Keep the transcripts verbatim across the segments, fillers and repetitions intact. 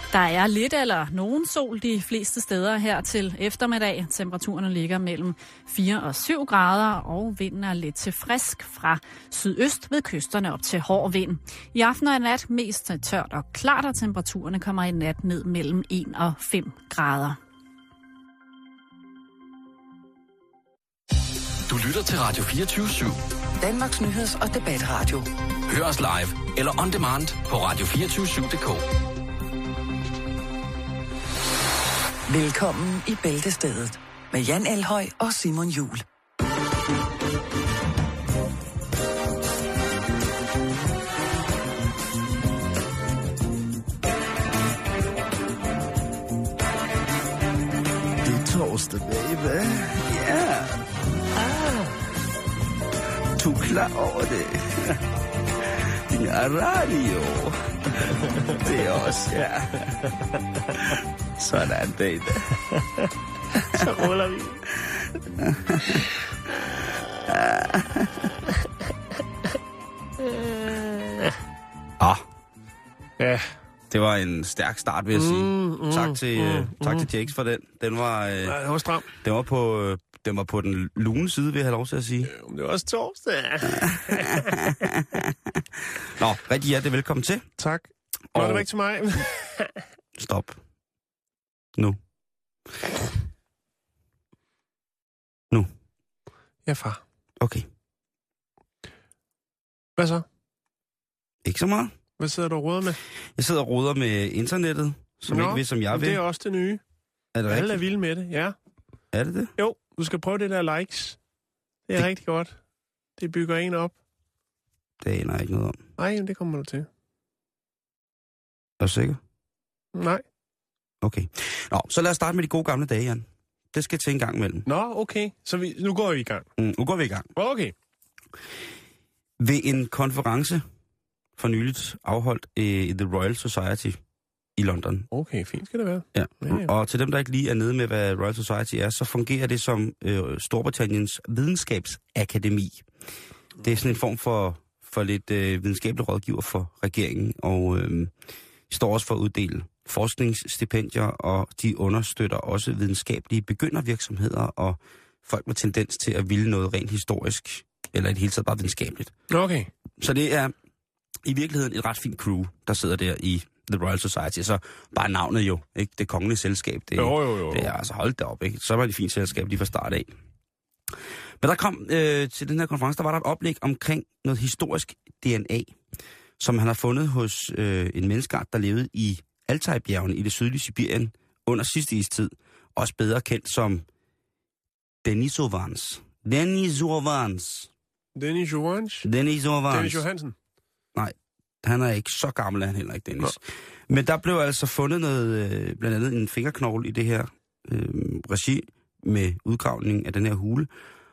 Der er lidt eller nogen sol de fleste steder her til eftermiddag. Temperaturerne ligger mellem fire og syv grader, og vinden er lidt til frisk fra sydøst ved kysterne op til hård vind. I aften og i nat mest tørt og klart, og temperaturerne kommer i nat ned mellem en og fem grader. Du lytter til Radio fireogtyve syv. Danmarks nyheds- og debatradio. Hør os live eller on demand på radio to fire syv punktum d k. Velkommen i Bæltestedet med Jan Elhøj og Simon Juhl. Det er torsdag, baby. Ja. Ah. Du er klar over det. Din radio. Det er også, ja. Sådan, baby. Så ruller vi. Ah. Ja. Det var en stærk start, vil jeg sige. Mm, mm, tak til, mm, uh, tak mm. til Jakes for den. Den var, uh, Nej, det var stram. den var på, uh, den var på den lune side, vil jeg have lov til at sige. Det var også torsdag. Nå, rigtig hjertelig velkommen til. Tak. Nå, Og- det var ikke til mig. Stop. Nu. Nu. Ja, far. Okay. Hvad så? Ikke så meget. Hvad sidder du og råder med? Jeg sidder og roder med internettet, som Nå, ikke vil, som jeg men vil. det er også det nye. Er det Alle er rigtigt? vilde med det, ja. Er det det? Jo, du skal prøve det der likes. Det er Det- rigtig godt. Det bygger en op. Det aner jeg ikke noget om. Nej, men det kommer du til. Er du sikker? Nej. Okay. Nå, så lad os starte med de gode gamle dage, Jan. Det skal til en gang imellem. Nå, okay. Så vi, nu går vi i gang. Mm, nu går vi i gang. Okay. Ved en konference for nyligt afholdt øh, i The Royal Society i London. Okay, fint skal det være. Ja. Ja, ja. Og til dem, der ikke lige er nede med, hvad Royal Society er, så fungerer det som øh, Storbritanniens videnskabsakademi. Det er sådan en form for, for lidt øh, videnskabelig rådgiver for regeringen, og øh, står også for at uddele forskningsstipendier, og de understøtter også videnskabelige begyndervirksomheder og folk med tendens til at ville noget rent historisk, eller i det hele taget bare videnskabeligt. Okay. Så det er i virkeligheden et ret fint crew, der sidder der i The Royal Society. Så bare navnet jo, ikke? Det kongelige selskab. Det, Jo, jo, jo. det er altså holdt derop, ikke? Så var det et fint selskab lige fra start af. Men der kom øh, til den her konference, der var der et oplæg omkring noget historisk D N A, som han har fundet hos øh, en menneskeart, der levede i Altaj-bjergene i det sydlige Sibirien under sidste istid. Også bedre kendt som Denisovans. Denisovans. Dennis Johannes. Denisovans. Dennis Johansen. Han er ikke så gammel, er han heller ikke, Dennis. Nå. Men der blev altså fundet noget, øh, blandt andet en fingerknogle i det her øh, regi med udgravning af den her hule.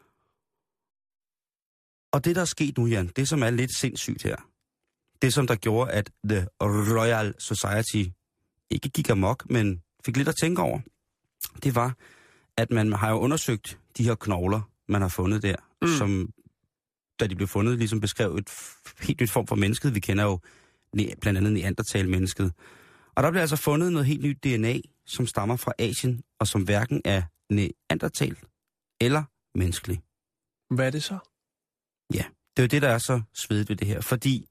Og det, der er sket nu, Jan, det som er lidt sindssygt her, det som der gjorde, at The Royal Society ikke gik amok, men fik lidt at tænke over, det var, at man har jo undersøgt de her knogler, man har fundet der, mm. som da de blev fundet, ligesom beskrev et helt nyt form for mennesket. Vi kender jo blandt andet neandertal-mennesket. Og der blev altså fundet noget helt nyt D N A, som stammer fra Asien, og som hverken er neandertal eller menneskelig. Hvad er det så? Ja, det er jo det, der er så svedigt ved det her. Fordi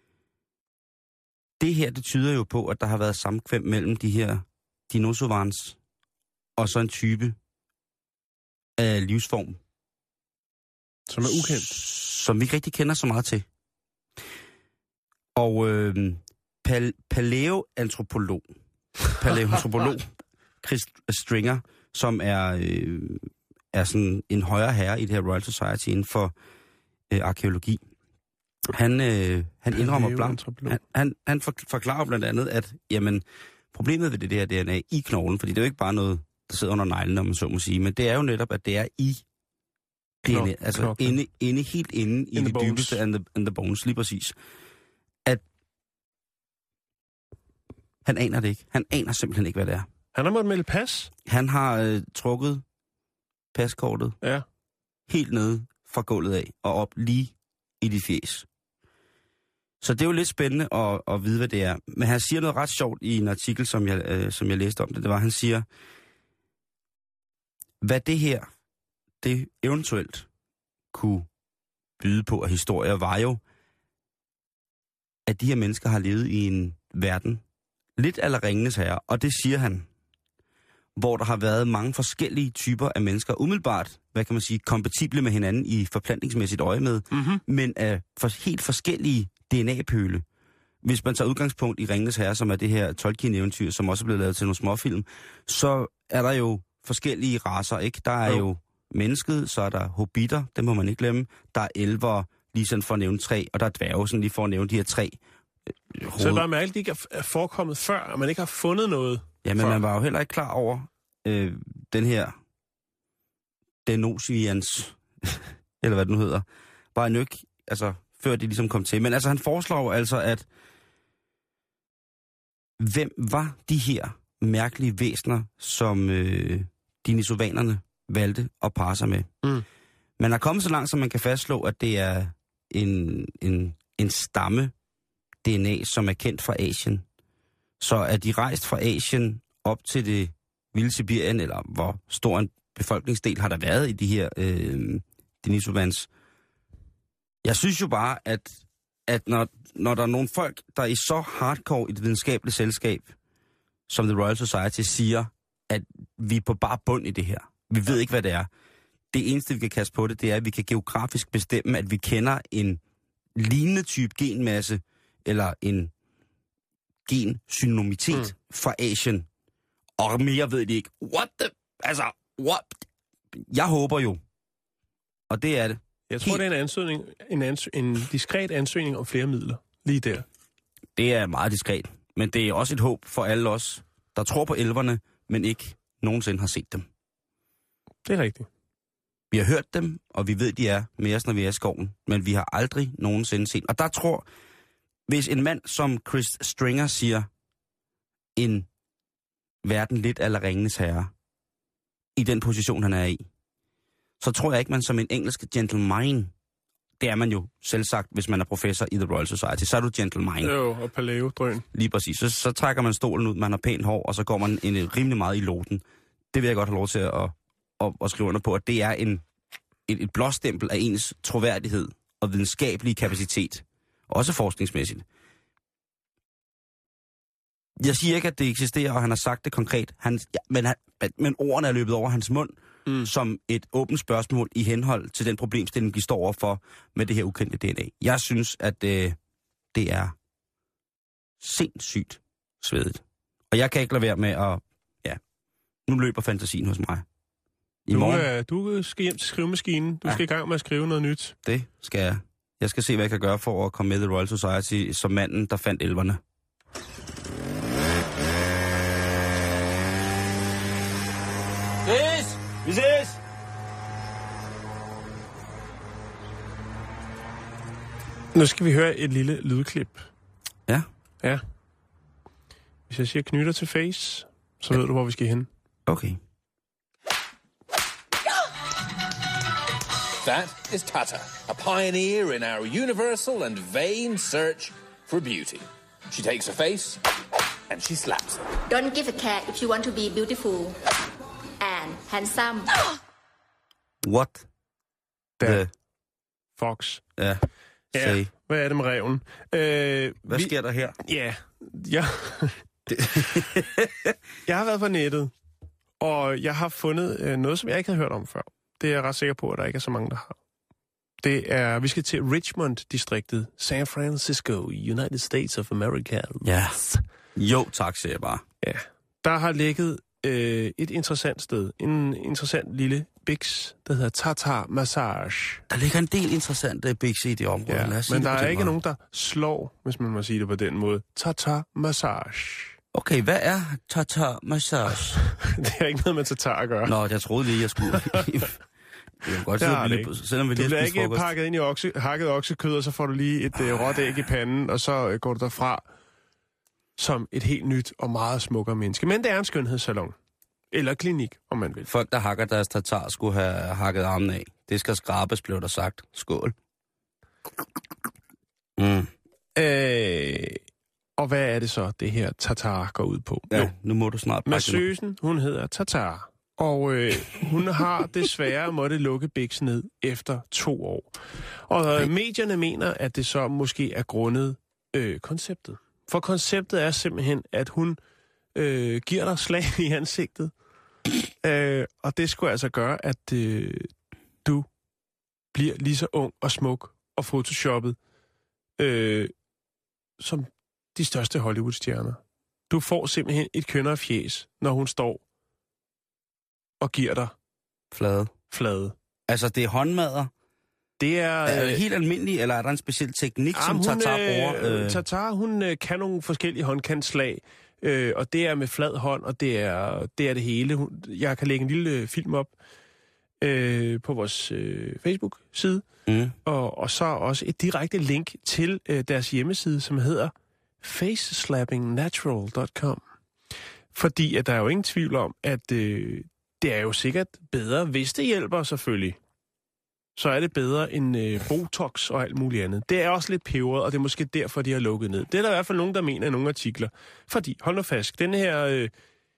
det her, det tyder jo på, at der har været samkvem mellem de her dinosovans og så en type af livsform, Som er ukendt. som vi ikke rigtig kender så meget til. Og øh, pal- palæoantropolog, palæoantropolog Chris Stringer, som er, øh, er sådan en højere herre i det her Royal Society inden for øh, arkæologi. Han, øh, han indrømmer blankt. Han, han, han for, forklarer blandt andet, at jamen, problemet ved det, det her D N A i knoglen, fordi det er jo ikke bare noget, der sidder under neglen, om man så må sige, men det er jo netop, at det er i D N A, altså inde, inde, helt inde i in det the dybeste and the, and the bones, lige præcis. At han aner det ikke. Han aner simpelthen ikke, hvad det er. Han har måttet melde pas. Han har øh, trukket paskortet Ja. helt nede fra gulvet af og op lige i de fjes. Så det er jo lidt spændende at, at vide, hvad det er. Men han siger noget ret sjovt i en artikel, som jeg, øh, som jeg læste om det. Det var, han siger, hvad det her, det eventuelt kunne byde på af historier, var jo, at de her mennesker har levet i en verden, lidt eller Ringenes Herre, og det siger han, hvor der har været mange forskellige typer af mennesker, umiddelbart, hvad kan man sige, kompatible med hinanden i forplantningsmæssigt øje med, mm-hmm. men af for, helt forskellige D N A-pøle. Hvis man tager udgangspunkt i Ringenes Herre, som er det her Tolkien-eventyr, som også er blevet lavet til nogle småfilm, så er der jo forskellige racer, ikke? Der er jo, jo mennesket, så er der hobitter, dem må man ikke glemme. Der er elver, lige sådan for at nævne tre, og der er dværge, sådan lige for at nævne de her tre. Øh, så der er mærkeligt, ikke er forekommet før, og man ikke har fundet noget. Ja, men før. Man var jo heller ikke klar over øh, den her Denosians, eller hvad den nu hedder, bare en øk, altså før de ligesom kom til. Men altså, han foreslår jo altså, at hvem var de her mærkelige væsener, som øh, denisovanerne valgte at parre sig med? Mm. Man er kommet så langt, så man kan fastslå, at det er en, en, en stamme D N A, som er kendt fra Asien. Så er de rejst fra Asien op til det vilde Sibirien, eller hvor stor en befolkningsdel har der været i de her øh, denisovans. Jeg synes jo bare, at, at når, når der er nogle folk, der er så hardcore i det videnskabelige selskab, som The Royal Society siger, at vi er på bare bund i det her. Vi ved ikke, hvad det er. Det eneste, vi kan kaste på det, det er, at vi kan geografisk bestemme, at vi kender en lignende type genmasse, eller en gensynonymitet mm. fra Asien. Og mere ved de ikke. What the... Altså, what? Jeg håber jo. Og det er det. Jeg tror, Helt... det er en ansøgning, en, ansø... en diskret ansøgning om flere midler. Lige der. Det er meget diskret. Men det er også et håb for alle os, der tror på elverne, men ikke nogensinde har set dem. Det er rigtigt. Vi har hørt dem, og vi ved, de er med os, når vi er i skoven. Men vi har aldrig nogensinde set. Og der tror... Hvis en mand som Chris Stringer siger, en verden lidt eller Ringenes Herre, i den position, han er i, så tror jeg ikke, man som en engelsk gentleman, det er man jo selvsagt, hvis man er professor i The Royal Society, så er du gentleman. Jo, og paleo-drøn. Lige præcis. Så, så trækker man stolen ud, man har pænt hår, og så går man en, rimelig meget i loten. Det vil jeg godt have lov til at, at, at, at skrive under på, at det er en, et, et blåstempel af ens troværdighed og videnskabelige kapacitet. Også forskningsmæssigt. Jeg siger ikke, at det eksisterer, og han har sagt det konkret. Han, ja, men, han, men ordene er løbet over hans mund mm. som et åbent spørgsmål i henhold til den problemstilling, de står overfor med det her ukendte D N A. Jeg synes, at øh, det er sindssygt svedigt. Og jeg kan ikke lade være med at... Ja, nu løber fantasien hos mig. I du, morgen... øh, du skal hjem til skrivemaskinen. Du ja. skal i gang med at skrive noget nyt. Det skal jeg. Jeg skal se, hvad jeg kan gøre for at komme med i The Royal Society som manden, der fandt elverne. Ses! Vi ses! Nu skal vi høre et lille lydklip. Ja? Ja. Hvis jeg siger knytter til face, så ja. ved du, hvor vi skal hen. Okay. That is Tata, a pioneer in our universal and vain search for beauty. She takes a face and she slaps it. Don't give a care if you want to be beautiful and handsome. What the the fox? Ja, ja. Hvad er det med ræven? Øh, Hvad vi... sker der her? Ja, ja. Jeg har været på nettet, og jeg har fundet øh, noget, som jeg ikke havde hørt om før. Det er jeg ret sikker på, at der ikke er så mange, der har. Det er, vi skal til Richmond-distriktet, San Francisco, United States of America. Ja. Jo, tak, siger jeg bare. Ja. Der har ligget øh, et interessant sted. En interessant lille biks, der hedder Tartar Massage. Der ligger en del interessante biks i det område. Ja, men der er ikke nogen, der slår, hvis man må sige det på den måde. Tartar Massage. Okay, hvad er Tartar Massage? Det er ikke noget med tartar at gøre. Nå, jeg troede lige, jeg skulle... Det er godt, det vi lige, selvom vi du lige bliver ikke frokost. pakket ind i okse, hakket oksekød, og så får du lige et uh, råt æg i panden, og så uh, går du derfra som et helt nyt og meget smukkere menneske. Men det er en skønhedssalon. Eller klinik, om man vil. Folk, der hakker deres tartar, skulle have hakket armen af. Det skal skrabes, blev der sagt. Skål. Mm. Øh, og hvad er det så, det her Tatar går ud på? Ja, jo. nu må du snart pakke Massøsen, hun hedder Tatar. Og øh, hun har desværre måtte lukke Bix ned efter to år. Og øh, medierne mener, at det så måske er grundet øh, konceptet. For konceptet er simpelthen, at hun øh, giver dig slag i ansigtet. Øh, og det skulle altså gøre, at øh, du bliver lige så ung og smuk og photoshoppet øh, som de største Hollywood-stjerner. Du får simpelthen et kønnere fjes, når hun står og giver dig flade. flade. Altså, det er håndmadder? Det er... Er det øh, helt almindeligt, eller er der en speciel teknik, som jamen, Tatar øh, bruger? Øh... Tatar, hun øh, kan nogle forskellige håndkantslag, øh, og det er med flad hånd, og det er det, er det hele. Hun, jeg kan lægge en lille øh, film op øh, på vores øh, Facebook-side, mm. og, og så også et direkte link til øh, deres hjemmeside, som hedder face slapping natural dot com. Fordi at der er jo ingen tvivl om, at øh, det er jo sikkert bedre, hvis det hjælper selvfølgelig. Så er det bedre end øh, Botox og alt muligt andet. Det er også lidt peberet, og det er måske derfor, de har lukket ned. Det er der i hvert fald nogen, der mener i nogle artikler. Fordi, hold nu fast, den her øh,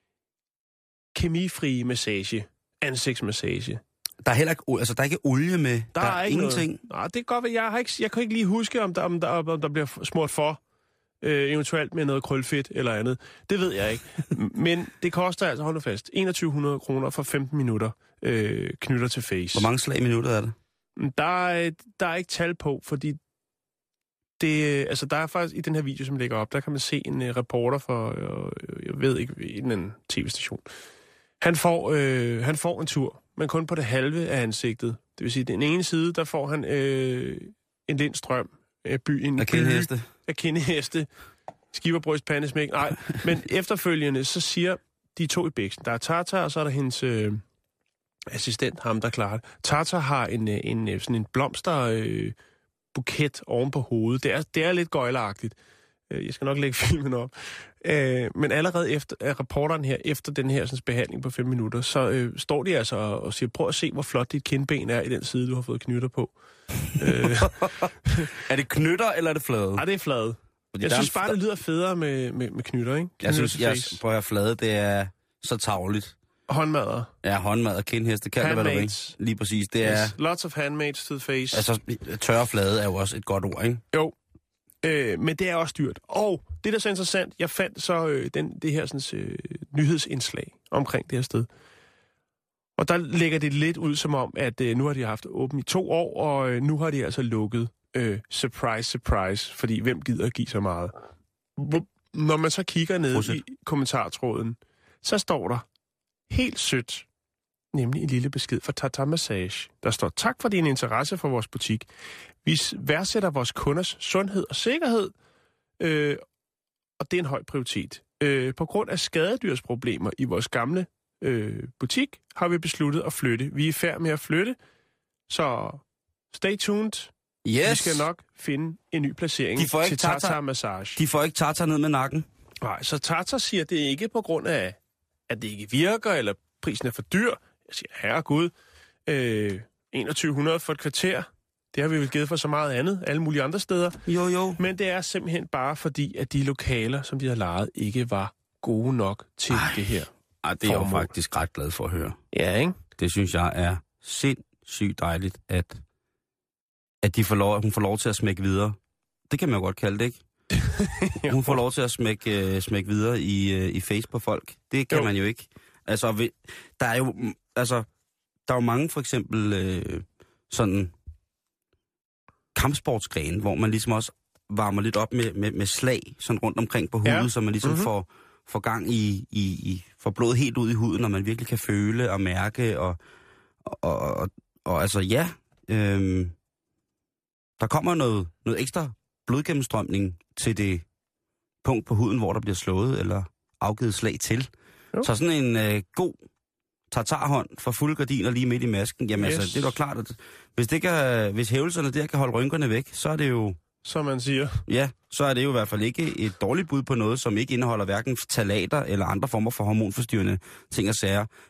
kemifrie massage, ansigtsmassage. Der er heller ikke, altså, der er ikke olie med. Der, der er, er ikke ingenting. Noget. Nej, det kan godt være. Jeg, har ikke, jeg kan ikke lige huske, om der, om der, om der bliver smurt for. Øh, eventuelt med noget krølfedt eller andet. Det ved jeg ikke. Men det koster altså, hold nu fast, enogtyve hundrede kroner for femten minutter øh, knytter til face. Hvor mange slag i minutter er det? Der er, der er ikke tal på, fordi det, altså der er faktisk i den her video, som ligger op, der kan man se en uh, reporter for, uh, jeg ved ikke, en anden tv-station. Han får, øh, han får en tur, men kun på det halve af ansigtet. Det vil sige, den ene side, der får han øh, en lindstrøm af by, en af kindeheste. Af kindeheste. Skiverbrøst, pandesmæk. Nej, men efterfølgende, så siger de to i bæksen. Der er Tatar, og så er der hendes øh, assistent, ham der klarer det. Tatar har en, en, en, sådan en blomsterbuket øh, oven på hovedet. Det er, det er lidt gøjleragtigt. Jeg skal nok lægge filmen op. Øh, men allerede efter af reporteren her, efter den her sådan, behandling på fem minutter, så øh, står de altså og, og siger, prøv at se, hvor flot dit kindben er i den side, du har fået knytter på. øh. Er det knytter, eller er det flade? Nej, det er flade. Fordi jeg synes bare, det lyder federe med, med, med knytter, ikke? Knytter jeg synes, jeg prøver at flade, det er så tarveligt. Håndmadder. Ja, håndmadder, kindheste, kald det, hvad du vil. Lige præcis, det er... Yes. Lots of handmaids to the face. Altså, tørre flade er jo også et godt ord, ikke? Jo. Øh, men det er også dyrt. Og det, der er så interessant, jeg fandt så øh, den, det her sådan, øh, nyhedsindslag omkring det her sted. Og der lægger det lidt ud som om, at øh, nu har de haft åbent i to år, og øh, nu har de altså lukket. Øh, surprise, surprise, fordi hvem gider at give så meget? Når man så kigger ned Prosit. i kommentartråden, så står der helt sødt, nemlig en lille besked fra Tatar Massage. Der står, tak for din interesse for vores butik. Vi værdsætter vores kunders sundhed og sikkerhed, øh, og det er en høj prioritet. Øh, på grund af skadedyrsproblemer i vores gamle øh, butik, har vi besluttet at flytte. Vi er i færd med at flytte, så stay tuned. Yes. Vi skal nok finde en ny placering til Tatar, Tatar Massage. De får ikke Tatar ned med nakken? Nej, så Tatar siger, det er ikke på grund af, at det ikke virker, eller prisen er for dyr. Jeg siger, herregud, øh, enogtyve hundrede for et kvarter. Det har vi vel givet for så meget andet, alle mulige andre steder. Jo, jo. Men det er simpelthen bare fordi, at de lokaler, som de har lejet, ikke var gode nok til Ej. det her. Ej, det er jeg jo faktisk ret glad for at høre. Ja, ikke? Det synes jeg er sindssygt dejligt, at, at, de får lov, at hun får lov til at smække videre. Det kan man jo godt kalde det, ikke? Hun får lov til at smække, uh, smække videre i, uh, i face på folk. Det kan jo. man jo ikke. Altså, der er jo, altså, der er jo mange for eksempel øh, sådan kampsportsgrene, hvor man ligesom også varmer lidt op med, med, med slag sådan rundt omkring på hovedet, ja. så man ligesom mm-hmm. får, får gang i, i, i, får blodet helt ud i huden, og man virkelig kan føle og mærke, og, og, og, og, og altså ja, øh, der kommer noget, noget ekstra blodgennemstrømning til det punkt på huden, hvor der bliver slået eller afgivet slag til. Jo. Så sådan en øh, god tartarhånd for fulde gardiner lige midt i masken, jamen yes. altså, det er da klart, at hvis, det kan, hvis hævelserne der kan holde rynkerne væk, så er det jo... Som man siger. Ja, så er det jo i hvert fald ikke et dårligt bud på noget, som ikke indeholder hverken ftalater eller andre former for hormonforstyrrende ting og sager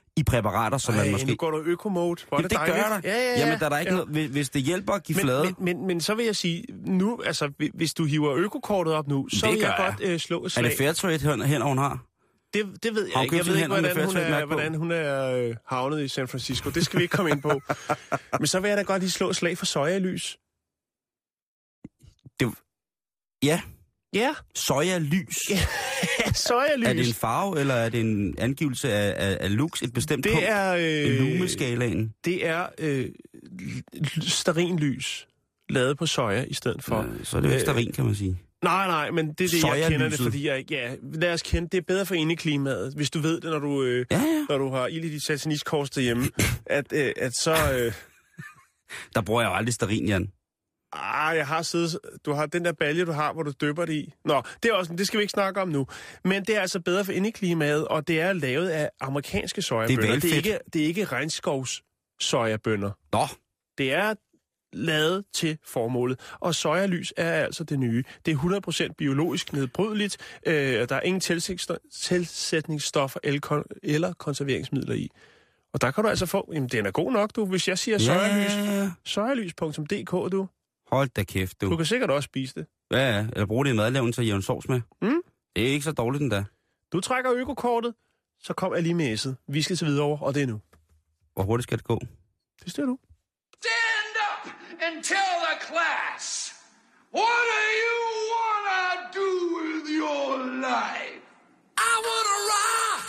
i præparater, som Ej, man måske... nu går du øko-mode. Hvor er det, det det gør der. Ja, ja, ja. Jamen, der er der ikke ja. noget... Hvis, hvis det hjælper at give men, flade... Men, men, men så vil jeg sige, nu, altså, hvis du hiver økokortet op nu, så det vil jeg, jeg. godt øh, slå et Er slag. det Fairtrade hen, hun har? Det, det ved jeg Har hun ikke. Jeg købt ved sine ikke, hænder med hvordan hun Fairtrade-mærke er, på? hvordan hun er øh, havnet i San Francisco. Det skal vi ikke komme ind på. Men så vil jeg da godt lige slå et slag for sojalys. Det... Ja, Ja, sojalys. sojalys. Er det en farve, eller er det en angivelse af, af, af lux, et bestemt det punkt? er, øh, Lumeskalaen. Det er øh, stearinlys lavet på soja i stedet for... Ja, så er det jo ikke stearin, kan man sige. Nej, nej, men det er det, jeg Sojalyset. kender det, fordi jeg ikke... Ja, lad os kende, det er bedre for indeklimaet, hvis du ved det, når du, øh, Ja, ja. når du har ild i dit sataniskors derhjemme, at, øh, at så... Øh, Der bruger jeg jo aldrig stearin, Jan. ah, jeg har siddet... Du har den der balje, du har, hvor du døber det i. Nå, det, er også, det skal vi ikke snakke om nu. Men det er altså bedre for indeklimaet, og det er lavet af amerikanske sojabønner. Det er det er velfedt. ikke, det er ikke regnskovs sojabønner. Nå, Det er lavet til formålet. Og sojalys er altså det nye. Det er hundrede procent biologisk nedbrydeligt. Øh, der er ingen tilsætningssto- tilsætningsstoffer eller, kon- eller konserveringsmidler i. Og der kan du altså få... Jamen, den er god nok, du. Hvis jeg siger ja, sojalys, ja, ja. sojalys punktum d k, du. Hold da kæft, Du du. kan sikkert også spise det. Ja, ja. Eller bruge det i madlavning til at jævne sovs med. Mm? Det er ikke så dårligt endda. Du trækker økokortet, så kom jeg lige med æsset. Vi skal til videre, og det er nu. Hvor hurtigt skal det gå? Det styrer du. Stand up and tell the class, what do you wanna do with your life? I wanna rock!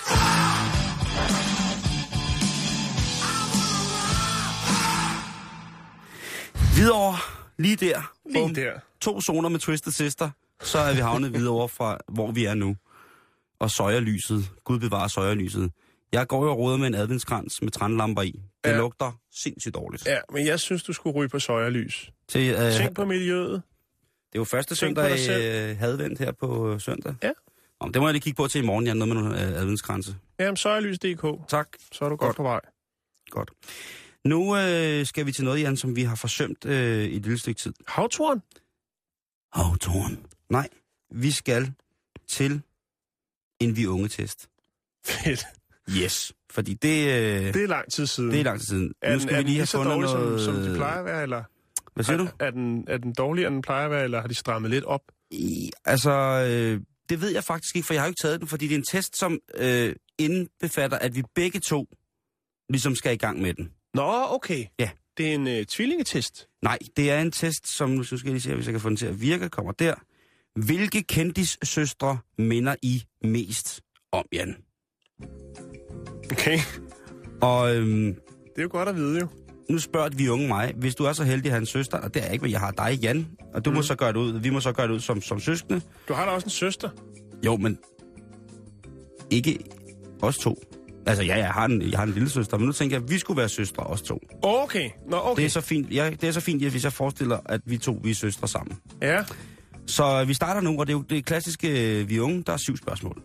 Hvidovre, lige der. Lige Bum. der. To zoner med Twisted Sister. Så er vi havnet videre fra, hvor vi er nu. Og sojalyset. Gud bevarer sojalyset. Jeg går jo og roder med en adventskrans med trænlamper i. Det Ja. lugter sindssygt dårligt. Ja, men jeg synes, du skulle ryge på sojalys. Til, øh, Tænk på miljøet. det er jo første Tænk på søndag dig selv. øh, hadvendt her på øh, søndag. Ja. Om, det må jeg lige kigge på til i morgen, Jan. Noget med nogle øh, adventskranse. Jamen, sojalys punktum d k. Tak. Så er du godt, Godt. på vej. Godt. Nu øh, skal vi til noget, Jan, som vi har forsømt øh, i et lille stykke tid. Havtorn? Havtorn. Nej, vi skal til en vi unge-test. Fedt. Yes. Fordi det, øh, Det er lang tid siden. det er lang tid siden. Er Nu den, skal er vi den lige lige have så fundet dårlig, noget... som, som de plejer at være, eller? Hvad siger du? Er, er, den, er den dårligere, end den plejer at være, eller har de strammet lidt op? I, altså, øh, det ved jeg faktisk ikke, for jeg har jo ikke taget den, fordi det er en test, som øh, indbefatter, at vi begge to ligesom skal i gang med den. Nå, okay. Ja. Det er en øh, tvillingetest. Nej, det er en test, som nu skal jeg lige se, hvis jeg kan få den til at virke, kommer der. Hvilke kendissøstre minder I mest om, Jan? Okay. Og øhm, Det er jo godt at vide, jo. nu spørger vi unge mig, hvis du er så heldig at have en søster, og det er jeg ikke, men jeg har dig, Jan, og du mm. må så gøre det ud, vi må så gøre det ud som, som søskende. Du har da også en søster. Jo, men ikke os to. Altså, ja, jeg har en, jeg har en lille søster, men nu tænker jeg, at vi skulle være søstre, os to. Okay. Nå, okay. Det er så fint, ja, det er så fint, hvis jeg forestiller, at vi to vi er søstre sammen. Ja. Så vi starter nu, og det er jo det klassiske øh, vi unge, der er syv spørgsmål.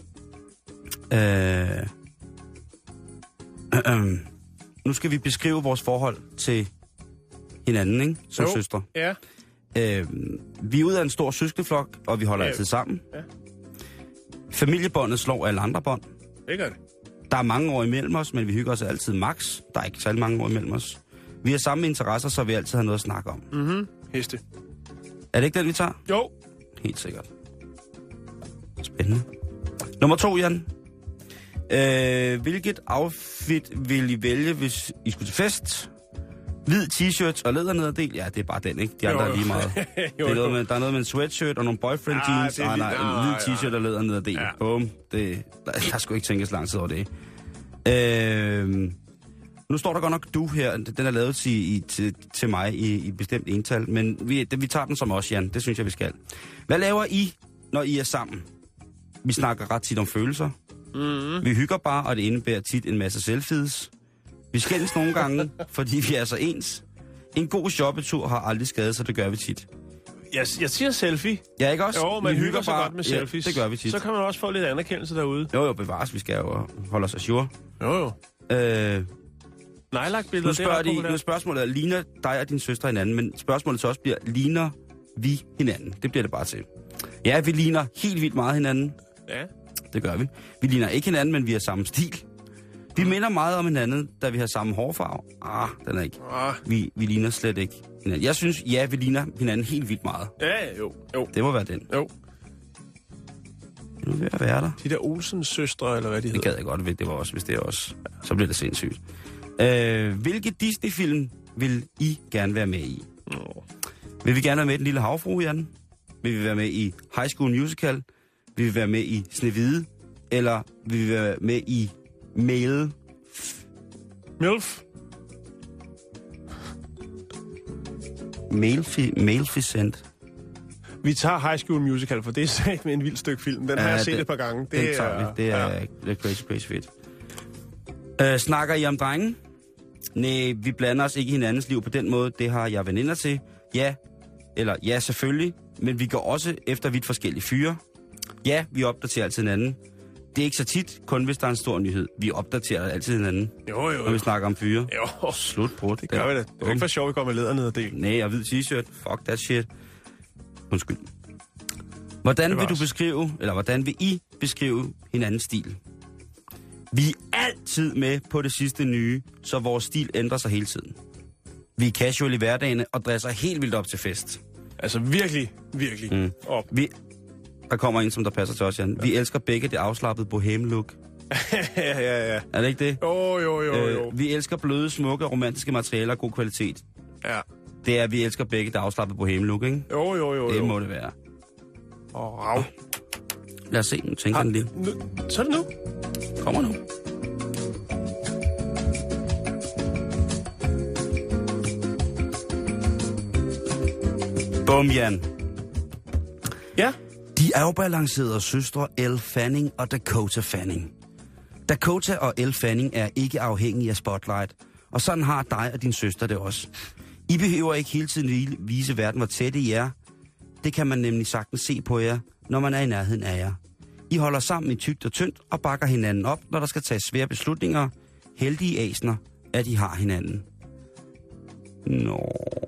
Øh, øh, øh, nu skal vi beskrive vores forhold til hinanden, ikke? Som Jo. søstre. Ja. Øh, vi er ud af en stor søskendeflok, og vi holder Ja. altid sammen. Ja. Familiebåndet slår alle andre bånd. Det gør det. Der er mange år imellem os, men vi hygger os altid max. Der er ikke særlig mange år imellem os. Vi har samme interesser, så vi altid har noget at snakke om. Mhm. Heste. Er det ikke den, vi tager? Jo. Helt sikkert. Spændende. Nummer to, Jan. Øh, hvilket outfit vil I vælge, hvis I skulle til fest? Hvid t-shirt og lædernederdel? Ja, det er bare den, ikke? De andre Jo, er lige meget. jo, Det er jo. noget med, der er noget med en sweatshirt og nogle boyfriend Ja, jeans. det er Nej, lige- nej, en nej, hvid nej. t-shirt og lædernederdel. Ja. Bum. Det, der, der skulle ikke tænkes lang tid over det. Øh, nu står der godt nok du her. Den er lavet til, i, til, til mig i, i bestemt ental. Men vi, det, vi tager den som os, Jan. Det synes jeg, vi skal. Hvad laver I, når I er sammen? Vi snakker ret tit om følelser. Mm-hmm. Vi hygger bare, og det indebærer tit en masse selfies. Vi skændes nogle gange, fordi vi er så ens. En god shoppetur har aldrig skadet, så det gør vi tit. Jeg, jeg siger selfie. Ja, ikke også? Jo, man Vi hygger sig godt med Ja, selfies. det gør vi tit. Så kan man også få lidt anerkendelse derude. Jo, jo, bevares. Vi skal jo holde os ajour. Jo, jo. Øh, Nejlagtbilleder, nu det er spørger ret de, nu populært. spørgsmålet er, ligner dig og din søster hinanden? Men spørgsmålet så også bliver, ligner vi hinanden? Det bliver det bare til. Ja, vi ligner helt vildt meget hinanden. Ja. Det gør vi. Vi ligner ikke hinanden, men vi har samme stil. Vi minder meget om hinanden, da vi har samme hårfarve. Ah, den er ikke. Ah. Vi, vi ligner slet ikke hinanden. Jeg synes, ja, vi ligner hinanden helt vildt meget. Ja, jo, jo. Det må være den. Jo. Nu vil jeg være der. De der Olsens søstre, eller hvad de hedder. Det gad jeg godt, det var også, hvis det er også. Så bliver det sindssygt. Øh, hvilke Disney-film vil I gerne være med i? Nå. Vil vi gerne være med i Den Lille Havfrue, Jan? Vil vi være med i High School Musical? Vil vi være med i Snehvide? Eller vil vi være med i Mail? Milf? Mailfi- Maleficent. Vi tager High School Musical, for det er sagt med en vild stykke film. Den ja, har jeg set det, et par gange. Det den er, tager vi. Det er ja. lidt crazy, crazy fedt. Uh, snakker I om drenge? Nej, vi blander os ikke i hinandens liv på den måde. Det har jeg veninder til. Ja, eller ja, selvfølgelig. Men vi går også efter vidt forskellige fyre. Ja, vi opdaterer altid hinanden. Det er ikke så tit, kun hvis der er en stor nyhed. Vi opdaterer altid hinanden, jo, jo, jo. når vi snakker om fyre. Jo. Slut på det. gør vi det. Det er ikke for sjovt, vi går med ledernederdel. Nej, og hvid t-shirt. Fuck that shit. Undskyld. Hvordan vil du beskrive, eller hvordan vil I beskrive hinandens stil? Vi er altid med på det sidste nye, så vores stil ændrer sig hele tiden. Vi er casual i hverdagene og dresser helt vildt op til fest. Altså virkelig, virkelig mm. op. Vi, der kommer en, som der passer til os, Jan. Ja. Vi elsker begge det afslappede bohem look. ja, ja, ja. Er det ikke det? Jo, jo, jo, jo. Øh, vi elsker bløde, smukke og romantiske materialer og god kvalitet. Ja. Det er, at vi elsker begge det afslappede bohem look, ikke? Jo, jo, jo. Det jo. må det være. Åh, oh, rav. Lad os se, nu tænker jeg lige. Nu, så er det nu. Kommer nu. Bum, Jan. Ja? De afbalancerede søstre Elle Fanning og Dakota Fanning. Dakota og Elle Fanning er ikke afhængige af spotlight, og sådan har dig og din søster det også. I behøver ikke hele tiden vise verden, hvor tætte I er. Det kan man nemlig sagtens se på jer, når man er i nærheden af jer. I holder sammen i tykt og tyndt og bakker hinanden op, når der skal tages svære beslutninger. Heldige asner, at I har hinanden. Nå...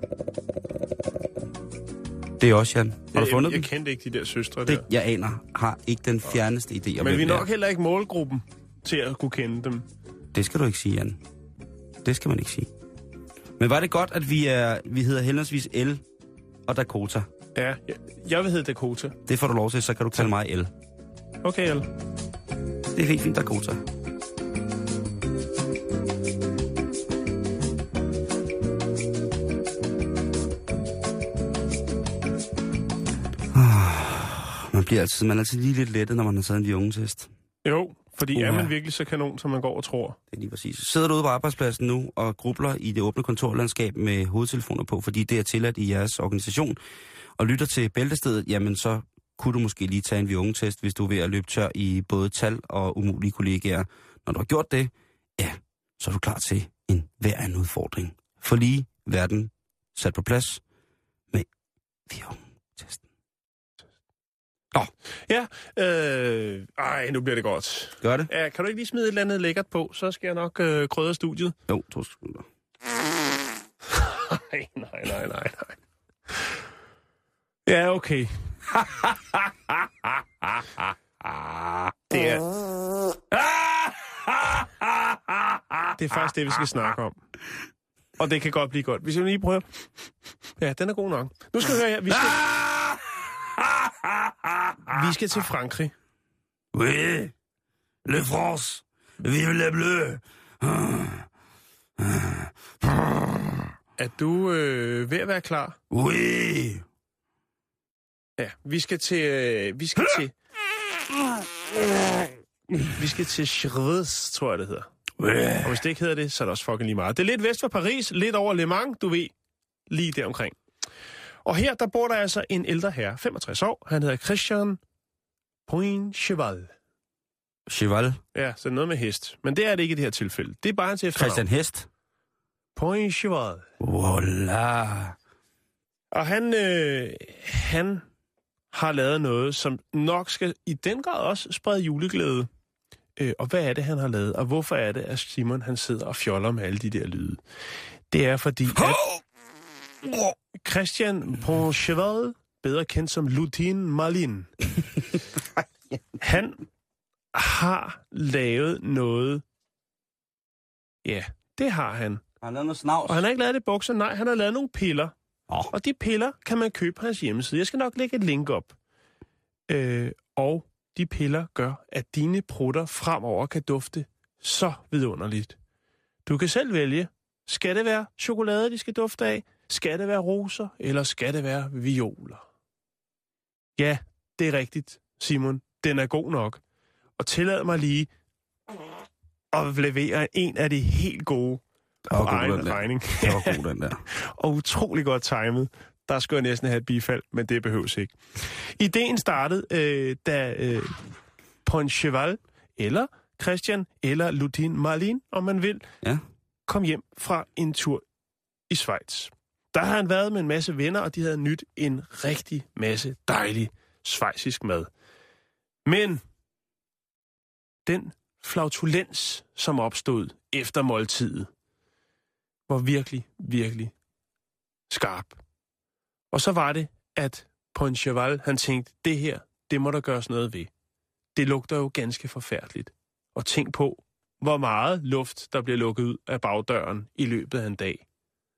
Det er også, Jan. Har du fundet jeg, jeg dem? Jeg kendte ikke de der søstre det, der. Jeg aner, har ikke den fjerneste idé. Men vi er nok heller ikke målgruppen til at kunne kende dem. Det skal du ikke sige, Jan. Det skal man ikke sige. Men var det godt, at vi er vi hedder henholdsvis Elle og Dakota? Ja, jeg, jeg vil hedde Dakota. Det får du lov til, så kan du kalde mig Elle. Okay, Elle. Det er helt fint, Dakota. Man bliver altid, man er altid lige lidt lettet, når man har taget en Viungetest. Jo, fordi uh-huh. er man virkelig så kanon, som man går og tror. Det er lige præcis. Sidder du ude på arbejdspladsen nu og grubler i det åbne kontorlandskab med hovedtelefoner på, fordi det er tilladt i jeres organisation, og lytter til Bæltestedet, jamen så kunne du måske lige tage en Viungetest, hvis du er ved at løbe tør i både tal og umulige kollegaer. Når du har gjort det, ja, så er du klar til en hver en udfordring. For lige verden sat på plads med Viungetesten. Nå. Ja, øh, ej, nu bliver det godt. Gør det? Ja, kan du ikke lige smide et eller andet lækkert på, så skal jeg nok øh, krydre studiet. Jo, to sekunder. nej, nej, nej, nej, nej. Ja, okay. det er... det er faktisk det, vi skal snakke om. Og det kan godt blive godt. Vi skal lige prøve... Ja, den er god nok. Nu skal vi høre her. Vi skal... Vi skal til Frankrig. Oui, le France, vive le bleu. Er du øh, ved at være klar? Oui. Ja, vi skal til... Øh, vi skal til... Vi skal til Chevreuse, tror jeg, det hedder. Oui. Og hvis det ikke hedder det, så er det også fucking lige meget. Det er lidt vest for Paris, lidt over Le Mans, du ved, lige deromkring. Og her, der bor der altså en ældre herre, femogtres år. Han hedder Christian Poincheval. Cheval? Ja, så noget med hest. Men det er det ikke i det her tilfælde. Det er bare hans efternavn. Christian Hest? Poincheval. Voilà. Og han, øh, han har lavet noget, som nok skal i den grad også sprede juleglæde. Øh, og hvad er det, han har lavet? Og hvorfor er det, at Simon han sidder og fjoller med alle de der lyde? Det er fordi, at Christian Poincheval, bedre kendt som Lutin Malin, han har lavet noget Ja, det har han. Har han lavet noget snavs? Og han har ikke lavet det i bukser, nej, han har lavet nogle piller. Oh. Og de piller kan man købe på hans hjemmeside. Jeg skal nok lægge et link op. Øh, og de piller gør, at dine prutter fremover kan dufte så vidunderligt. Du kan selv vælge. Skal det være chokolade, de skal dufte af? Skal det være roser? Eller skal det være violer? Ja, det er rigtigt, Simon. Den er god nok. Og tillad mig lige at levere en af de helt gode på egen regning. Det var god, den der. Og utrolig godt timet. Der skulle jeg næsten have et bifald, men det behøves ikke. Ideen startede, øh, da øh, Poincheval, eller Christian, eller Lutin Marlin, om man vil, ja. kom hjem fra en tur i Schweiz. Der har han været med en masse venner, og de havde nyt en rigtig masse dejlig schweizisk mad. Men den flautulens, som opstod efter måltidet, var virkelig, virkelig skarp. Og så var det, at Poincheval, han tænkte, det her, det må der gøres noget ved. Det lugter jo ganske forfærdeligt. Og tænk på, hvor meget luft, der bliver lukket ud af bagdøren i løbet af en dag.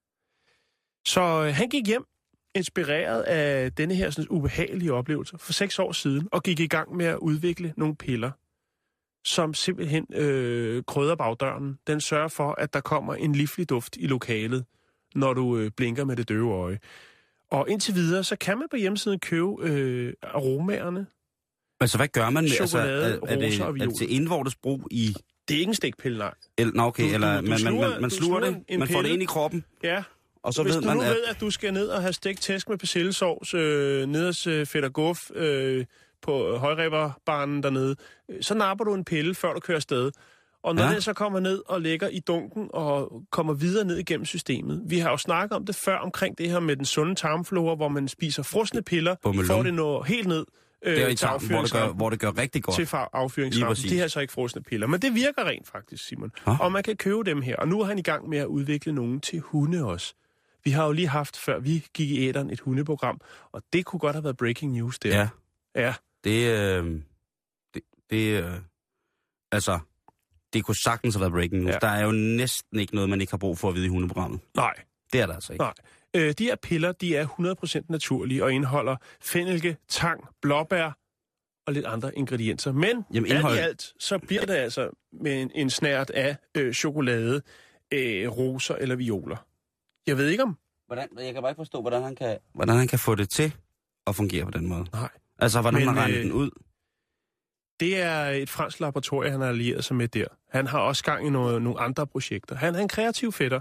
Så øh, han gik hjem, inspireret af denne her sådan, ubehagelige oplevelse for seks år siden, og gik i gang med at udvikle nogle piller, som simpelthen øh, krydder bagdøren. Den sørger for, at der kommer en livlig duft i lokalet, når du øh, blinker med det døve øje. Og indtil videre, så kan man på hjemmesiden købe øh, aromaerne. Altså, hvad gør man? Chokolade, altså, er, er, det, roser og er viol. det til indvortes brug i... Det er ikke en stikpille, nej. El, nå, okay, du, eller du, du man, sluger, man, man sluger det, man får pille. det ind i kroppen. Ja. Og så Hvis ved du man, nu at... ved, at du skal ned og have stegt tæsk med persillesovs, øh, nederst øh, fedt og guf øh, på højreberbanen dernede, øh, så napper du en pille, før du kører afsted. Og når ja. den så kommer ned og ligger i dunken og kommer videre ned igennem systemet. Vi har jo snakket om det før omkring det her med den sunde tarmflora, hvor man spiser frosne piller, får det nå helt ned øh, det er i til tarm, hvor, det gør, hvor det gør rigtig godt. Til affyringsrampen. Det er altså ikke frosne piller, men det virker rent faktisk, Simon. Ha? Og man kan købe dem her. Og nu er han i gang med at udvikle nogen til hunde også. Vi har jo lige haft, før vi gik i æteren, et hundeprogram, og det kunne godt have været breaking news der. Ja. Ja. Det, øh, det, det øh, altså... Det kunne sagtens have været breaking news. Ja. Der er jo næsten ikke noget, man ikke har brug for at vide i hundeprogrammet. Nej. Det er der altså ikke. Nej. Øh, de her piller, de er hundrede procent naturlige og indeholder fennelke, tang, blåbær og lidt andre ingredienser. Men Jamen, indhold... alt i alt, så bliver det altså med en, en snært af øh, chokolade, øh, roser eller violer. Jeg ved ikke om... Hvordan, jeg kan bare ikke forstå, hvordan han kan, hvordan han kan få det til at fungere på den måde. Nej. Altså, hvordan Men, man regner øh... den ud. Det er et fransk laboratorium, han har allieret sig med der. Han har også gang i nogle, nogle andre projekter. Han er en kreativ fætter.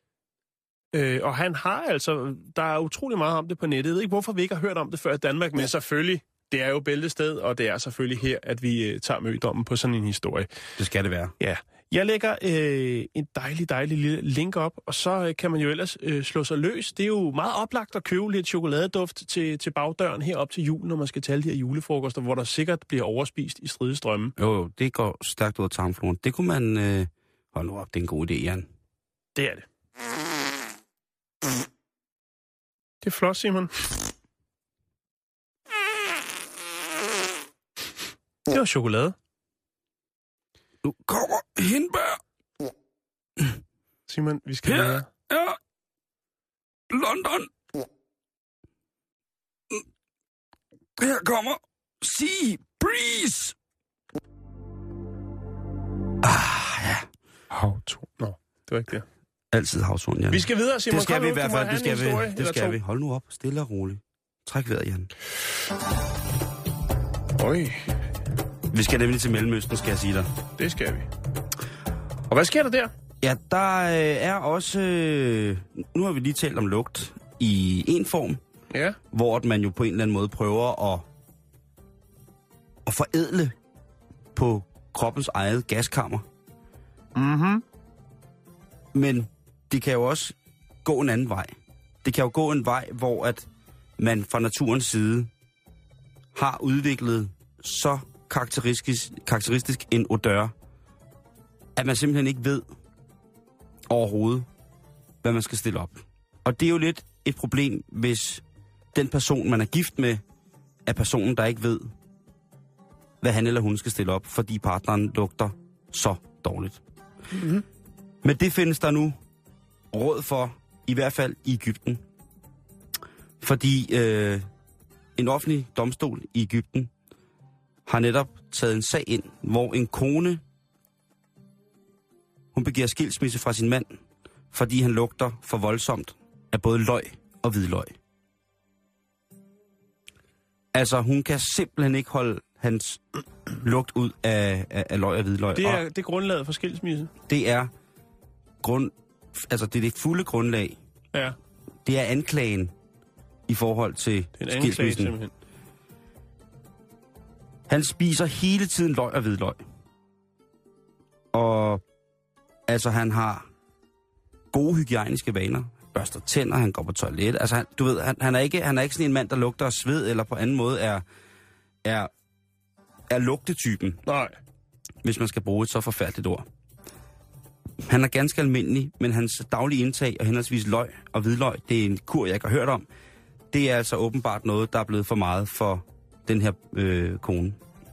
Øh, og han har altså... Der er utrolig meget om det på nettet. Jeg ved ikke, hvorfor vi ikke har hørt om det før i Danmark, men selvfølgelig, det er jo Bæltested, og det er selvfølgelig her, at vi øh, tager mødommen på sådan en historie. Det skal det være. Ja. Jeg lægger øh, en dejlig, dejlig lille link op, og så øh, kan man jo ellers øh, slå sig løs. Det er jo meget oplagt at købe lidt chokoladeduft til, til bagdøren herop til jul, når man skal tale de her julefrokoster, hvor der sikkert bliver overspist i stridestrømme. Jo, jo, det går stærkt ud af tarmfloren. Det kunne man... Øh... Hold nu op, det er en god idé, Jan. Det er det. Det er flot, Simon. Det var chokolade. Nu kommer hindbær. Simon, vi skal her være... er London. Her kommer Sea Breeze. Ah, ja. Havtorn. Nå, det var ikke det. Altid havtorn, Jan. Vi skal videre, Simon. Det skal Kom vi nu, i hvert fald. Det skal historie, vi. Det skal vi. Hold nu op. Stille og roligt. Træk vejret, Jan. Øj. Vi skal nemlig til Mellemøsten, skal jeg sige dig. Det skal vi. Og hvad sker der der? Ja, der øh, er også... Øh, nu har vi lige talt om lugt i en form. Ja. Hvor man jo på en eller anden måde prøver at, at forædle på kroppens eget gaskammer. Mhm. Men det kan jo også gå en anden vej. Det kan jo gå en vej, hvor at man fra naturens side har udviklet så karakteristisk, karakteristisk en odør, at man simpelthen ikke ved overhovedet, hvad man skal stille op. Og det er jo lidt et problem, hvis den person, man er gift med, er personen, der ikke ved, hvad han eller hun skal stille op, fordi partneren lugter så dårligt. Mm-hmm. Men det findes der nu råd for, i hvert fald i Egypten. Fordi øh, en offentlig domstol i Egypten har netop taget en sag ind, hvor en kone, hun begærer skilsmisse fra sin mand, fordi han lugter for voldsomt af både løg og hvidløg. Altså, hun kan simpelthen ikke holde hans lugt ud af, af, af løg og hvidløg. Det er, det er grundlaget for skilsmisse? Det er grund, altså det er det fulde grundlag. Ja. Det er anklagen i forhold til det er en skilsmissen. Simpelthen. Han spiser hele tiden løg og hvidløg. Og altså, han har gode hygiejniske vaner. Børster tænder, han går på toilet. Altså, han, du ved, han, han, er ikke, han er ikke sådan en mand, der lugter af sved, eller på anden måde er, er, er lugtetypen. Nej. Hvis man skal bruge et så forfærdeligt ord. Han er ganske almindelig, men hans daglige indtag og henholdsvis løg og hvidløg, det er en kur, jeg ikke har hørt om. Det er altså åbenbart noget, der er blevet for meget for den her øh, kone.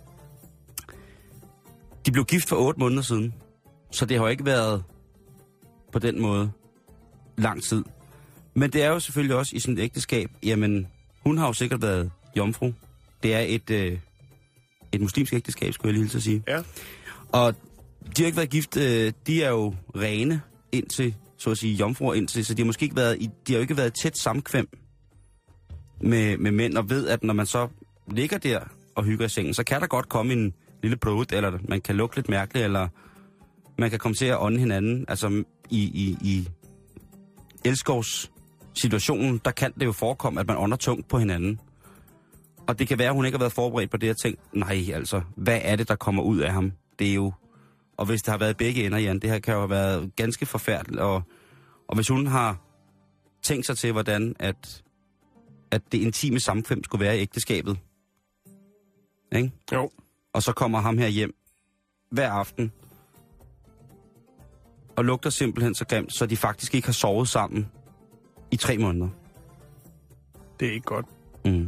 De blev gift for otte måneder siden, så det har jo ikke været på den måde lang tid. Men det er jo selvfølgelig også i sådan et ægteskab, jamen, hun har jo sikkert været jomfru. Det er et, øh, et muslimsk ægteskab, skulle jeg lige hilse at sige. Ja. Og de har ikke været gift, øh, de er jo rene indtil, så at sige, jomfruer indtil, så de har måske ikke været, i, de har jo ikke været tæt samkvem med, med mænd, og ved, at når man så ligger der og hygger i sengen, så kan der godt komme en lille brud, eller man kan lugte lidt mærkeligt, eller man kan komme til at ånde hinanden. Altså i, i, i elskovs situationen, der kan det jo forekomme, at man ånder tungt på hinanden. Og det kan være, at hun ikke har været forberedt på det, og tænkt, nej altså, hvad er det, der kommer ud af ham? Det er jo, og hvis det har været begge ender, Jan, det her kan jo have været ganske forfærdeligt, og, og hvis hun har tænkt sig til, hvordan at, at det intime samkvem skulle være i ægteskabet, ikke? Jo. Og så kommer ham her hjem hver aften og lugter simpelthen så grimt, så de faktisk ikke har sovet sammen i tre måneder. Det er ikke godt. Mm.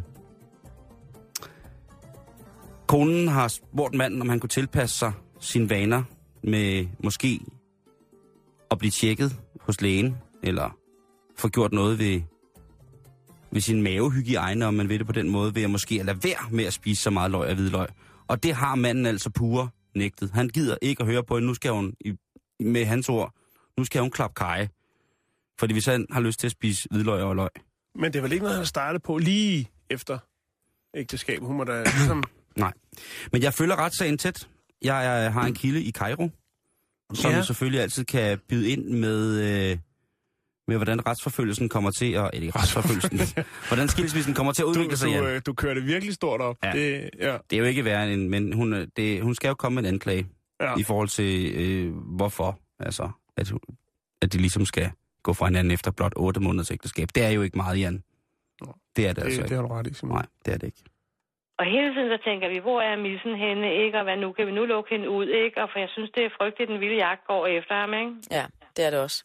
Konen har spurgt manden, om han kunne tilpasse sig sine vaner med måske at blive tjekket hos lægen, eller få gjort noget ved, ved sin mavehygiejne, om man ved det på den måde, ved at måske at lade være med at spise så meget løg og hvidløg. Og det har manden altså pure nægtet. Han gider ikke at høre på hende. Nu skal hun, i, med hans ord, nu skal hun klappe kaj. Fordi hvis han har lyst til at spise hvidløg og løg. Men det var ikke noget, han startede på lige efter ægteskab. Hun må da ligesom... Nej. Men jeg følger retssagen tæt. Jeg, jeg har en kilde i Kairo, som ja. selvfølgelig altid kan byde ind med, øh, med hvordan retsforfølgelsen kommer til at... Eller ikke retsforfølgelsen. hvordan skilsmissen kommer til at udvikle du, sig, du, Jan. Du kører det virkelig stort op. Ja. Det, ja. det er jo ikke værre end... Men hun, det, hun skal jo komme med en anklage ja. i forhold til, øh, hvorfor. Altså, at, at de ligesom skal gå fra hinanden efter blot otte måneders ægteskab. Det er jo ikke meget, Jan. Det er det, det altså ikke. Det har du ret i, Simon. Nej, det er det ikke. Og hele tiden så tænker vi, hvor er missen henne, ikke? Og hvad nu? Kan vi nu lukke hende ud, ikke? Og for jeg synes, det er frygteligt, den vilde jagt går efter ham, ikke? Ja, det er det også.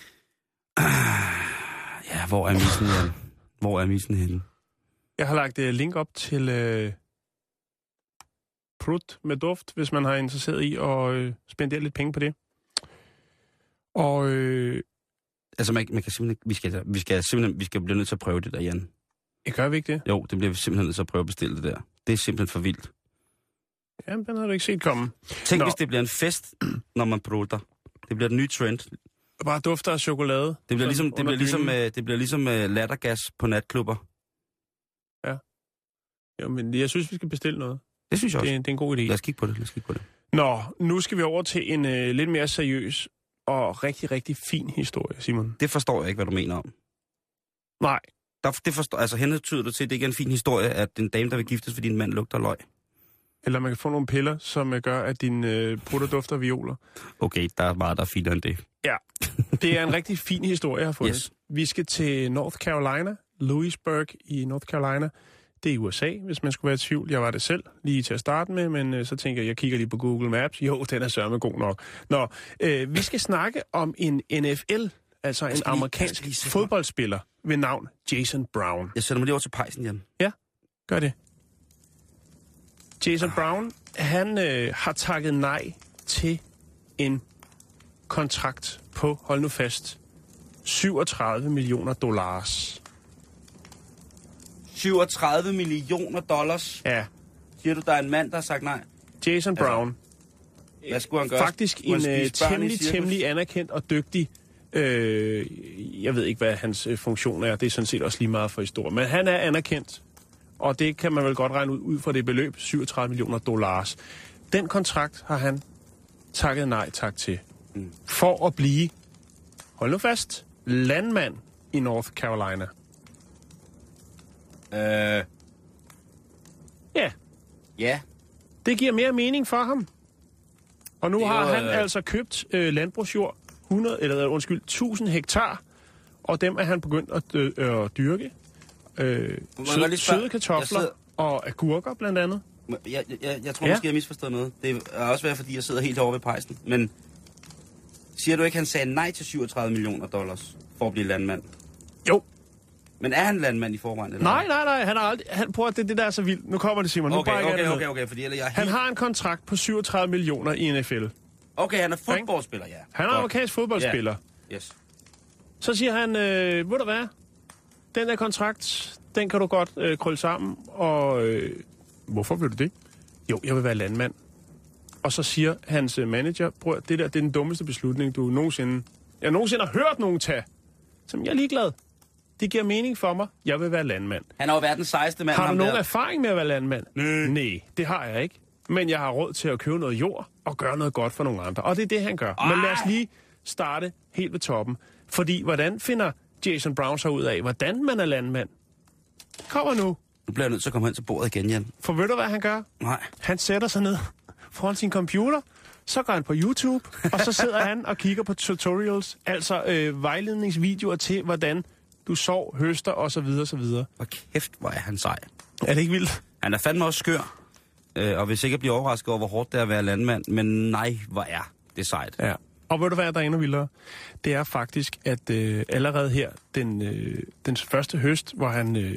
Ja, hvor er missen henne? Hvor er missen henne? Jeg har lagt et link op til uh, Prut med duft, hvis man har interesseret i at uh, spendere lidt penge på det. Og... Uh, altså, man, man kan simpelthen... Vi skal, vi skal simpelthen... Vi skal blive nødt til at prøve det der, Jan. Jeg gør vi ikke det? Jo, det bliver vi simpelthen nødt til at prøve at bestille det der. Det er simpelthen for vildt. Jamen, den har du ikke set komme. Tænk, Nå. hvis det bliver en fest, når man prutter. Det bliver den nye trend. Bare dufter af chokolade. Det bliver ligesom, det bliver ligesom, uh, det bliver ligesom uh, lattergas på natklubber. Ja. Jo, men jeg synes, vi skal bestille noget. Det synes jeg også. Det, det er en god idé. Lad os kigge på det, lad os kigge på det. Nå, nu skal vi over til en uh, lidt mere seriøs og rigtig, rigtig fin historie, Simon. Det forstår jeg ikke, hvad du mener om. Nej. Der, det forstår, altså hende tyder det til, at det ikke er en fin historie, at en dame, der vil giftes, fordi en mand lugter løg. Eller man kan få nogle piller, som gør, at din øh, putter dufter violer. Okay, der er meget, der er finere end det. Ja, det er en rigtig fin historie, jeg har fundet. Yes. Vi skal til North Carolina, Louisburg i North Carolina. Det er i U S A, hvis man skulle være i tvivl. Jeg var det selv lige til at starte med, men øh, så tænker jeg, jeg kigger lige på Google Maps. Jo, den er sørme god nok. Nå, øh, vi skal snakke om en N F L, altså en amerikansk lige, fodboldspiller ved navn Jason Brown. Jeg sætter mig lige over til pejsen, Jan. Ja, gør det. Jason Brown, han øh, har takket nej til en kontrakt på, hold nu fast, syvogtredive millioner dollars. syvogtredive millioner dollars? Ja. Siger du, der er en mand, der har sagt nej? Jason Brown. Altså, hvad skulle han gøre? Faktisk en uh, temmelig, temmelig anerkendt og dygtig. Øh, jeg ved ikke, hvad hans øh, funktion er. Det er sådan set også lige meget for historien. Men han er anerkendt, og det kan man vel godt regne ud, ud fra det beløb, syvogtredive millioner dollars. Den kontrakt har han takket nej tak til. Mm. For at blive, hold nu fast, landmand i North Carolina. Øh... Ja. Ja. Det giver mere mening for ham. Og nu det har var, han øh... altså købt øh, landbrugsjord, hundrede, eller undskyld, tusind hektar, og dem er han begyndt at, øh, at dyrke. Øh, søde, søde kartofler sidder... og agurker blandt andet. Jeg, jeg, jeg, jeg tror ja. måske, jeg har misforstået noget. Det er også været, fordi jeg sidder helt over ved pejsen. Men siger du ikke, han sagde nej til syvogtredive millioner dollars for at blive landmand? Jo. Men er han landmand i forvejen? Eller nej, nej, nej. Han har aldrig... Han, prøv at det, det der er så vildt. Nu kommer det, Simon. Nu okay, okay, okay, okay, okay, fordi jeg han helt... har en kontrakt på syvogtredive millioner i N F L. Okay, han er fodboldspiller, ja. Han er amerikansk fodboldspiller. Ja. Yes. Så siger han, øh, ved du hvad? Den der kontrakt, den kan du godt øh, krølle sammen, og... Øh, hvorfor vil du det? Jo, jeg vil være landmand. Og så siger hans manager, prøv det der, det er den dummeste beslutning, du nogensinde... Jeg nogensinde har hørt nogen tage. Så jeg er ligeglad. Det giver mening for mig. Jeg vil være landmand. Han er jo verdens sejeste mand. Har du nogen der... erfaring med at være landmand? Nej. Nej, det har jeg ikke. Men jeg har råd til at købe noget jord og gøre noget godt for nogle andre. Og det er det, han gør. Ej. Men lad os lige starte helt ved toppen. Fordi hvordan finder Jason Brown sig ud af, hvordan man er landmand? Kommer nu. Nu bliver jeg nødt til at komme hen til bordet igen, Jan. For ved du, hvad han gør? Nej. Han sætter sig ned foran sin computer, så går han på YouTube, og så sidder han og kigger på tutorials, altså øh, vejledningsvideoer til, hvordan du sår, høster osv. osv. Hvor kæft, hvor er han sej. Er det ikke vildt? Han er fandme også skør, øh, og vil sikkert blive overrasket over, hvor hårdt det er at være landmand, men nej, hvor er det sejt. Ja. Og ved du hvad, der er endnu vildere? Det er faktisk, at øh, allerede her, den, øh, den første høst, hvor han øh,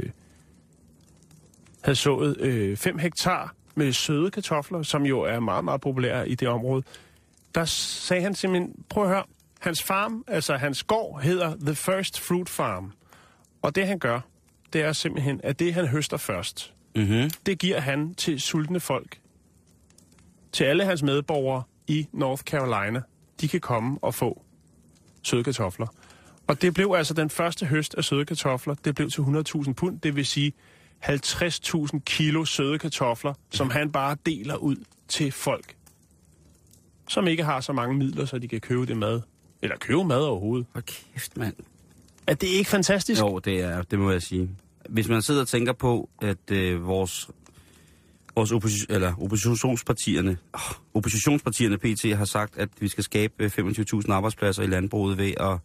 havde sået øh, fem hektar med søde kartofler, som jo er meget, meget populære i det område, der sagde han simpelthen, prøv at høre, hans farm, altså hans gård, hedder The First Fruit Farm. Og det han gør, det er simpelthen, at det han høster først, mm-hmm. det giver han til sultne folk. Til alle hans medborgere i North Carolina. De kan komme og få søde kartofler. Og det blev altså den første høst af søde kartofler. Det blev til hundrede tusind pund, det vil sige halvtreds tusind kilo søde kartofler, som han bare deler ud til folk, som ikke har så mange midler, så de kan købe det mad. Eller købe mad overhovedet. Hvor kæft, mand. Er det ikke fantastisk? Jo, det er, det må jeg sige. Hvis man sidder og tænker på, at øh, vores, vores opposition, eller oppositionspartierne, oh, oppositionspartierne P T har sagt, at vi skal skabe femogtyve tusind arbejdspladser i landbruget ved at,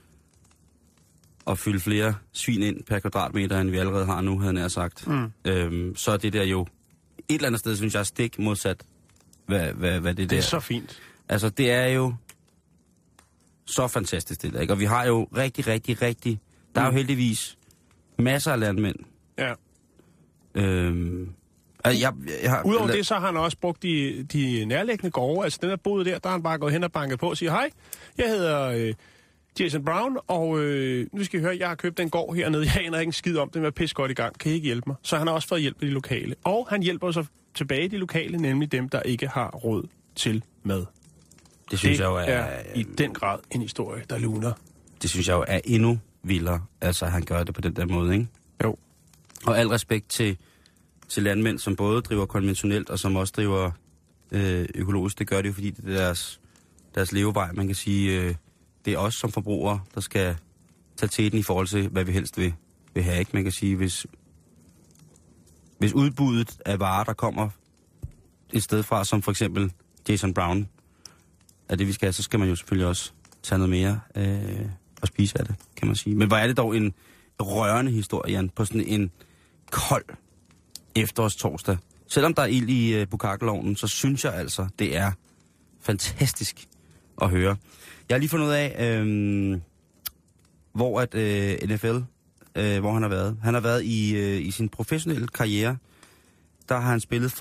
at fylde flere svin ind per kvadratmeter, end vi allerede har nu, havde jeg sagt. Mm. Øhm, så er det der jo et eller andet sted, synes jeg, stik modsat, hvad, hvad, hvad det, det der. Det er så fint. Altså, det er jo så fantastisk, det der, ikke? Og vi har jo rigtig, rigtig, rigtig... Der er jo heldigvis masser af landmænd. Ja. Øhm, altså, jeg, jeg har, Udover det, så har han også brugt de, de nærliggende gårde. Altså, den der boede der, der har han bare gået hen og banket på og siger, hej, jeg hedder øh, Jason Brown, og øh, nu skal I høre, jeg har købt den gård hernede. Jeg aner ikke en skid om, den er pisse godt i gang. Kan I ikke hjælpe mig? Så han har også fået hjælp af de lokale. Og han hjælper så tilbage de lokale, nemlig dem, der ikke har råd til mad. Det synes det jeg jo er, er i den grad en historie, der luner. Det synes jeg jo er endnu vildere, altså at han gør det på den der måde, ikke? Jo. Og al respekt til, til landmænd, som både driver konventionelt, og som også driver øh, økologisk. Det gør det jo, fordi det er deres, deres levevej. Man kan sige, øh, det er os som forbrugere, der skal tage teten i forhold til, hvad vi helst vil, vil have, ikke? Man kan sige, hvis, hvis udbuddet af varer, der kommer et sted fra, som for eksempel Jason Brown, er det, vi skal have, så skal man jo selvfølgelig også tage noget mere øh, og spise af det, kan man sige. Men hvor er det dog en rørende historie, Jan, på sådan en kold efterårstorsdag. Selvom der er ild i øh, bukakkelovnen, så synes jeg altså, det er fantastisk at høre. Jeg har lige fundet ud af, øh, hvor at øh, N F L, øh, hvor han har været. Han har været i, øh, i sin professionelle karriere, der har han spillet for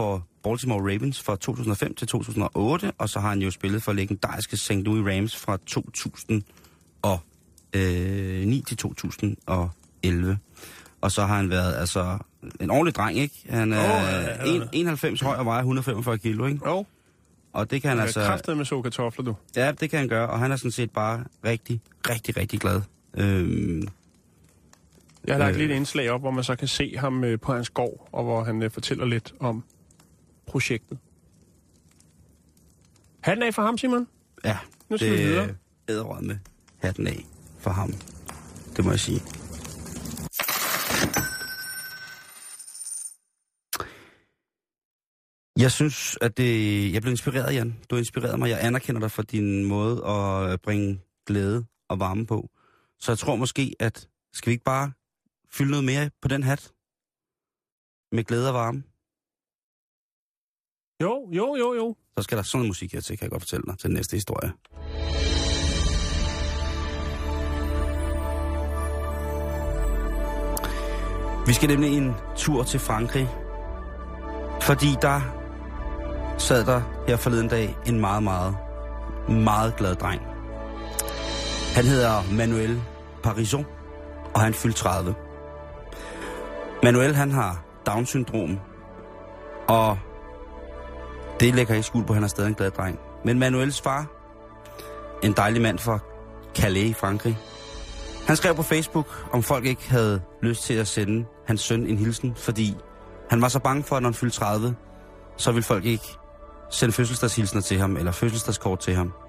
Baltimore Ravens fra to tusind og fem til to tusind og otte, og så har han jo spillet for legendariske Saint Louis Rams fra to tusind og ni til to tusind og elleve. Og så har han været altså en ordentlig dreng, ikke? Han er oh, ja, ja, ja. enoghalvfems høj og vejer et hundrede og femogfyrre kilo, ikke? Jo. Oh. Og det kan han, han altså... kraftet med så kartofler, du. Ja, det kan han gøre, og han er sådan set bare rigtig, rigtig, rigtig glad. Øhm, Jeg har lagt øh, lidt indslag op, hvor man så kan se ham øh, på hans gård, og hvor han øh, fortæller lidt om projektet. Hatten af for ham, Simon? Ja, nu skal det vi videre. Æderød med hatten af for ham. Det må jeg sige. Jeg synes, at det... Jeg blev inspireret, Jan. Du har inspireret mig. Jeg anerkender dig for din måde at bringe glæde og varme på. Så jeg tror måske, at... Skal vi ikke bare fylde noget mere på den hat? Med glæde og varme? Jo, jo, jo, jo. Så skal der sådan noget musik her til, kan jeg godt fortælle dig, til den næste historie. Vi skal nemlig en tur til Frankrig. Fordi der sad der her forleden dag en meget, meget, meget glad dreng. Han hedder Manuel Parisot, og han fyldte tredive. Manuel, han har Down-syndrom, og det lægger ikke skuld på, han er stadig en glad dreng. Men Manuels far, en dejlig mand fra Calais i Frankrig, han skrev på Facebook, om folk ikke havde lyst til at sende hans søn en hilsen, fordi han var så bange for, at når han fyldte tredive, så ville folk ikke sende fødselsdagshilsner til ham, eller fødselsdagskort til ham.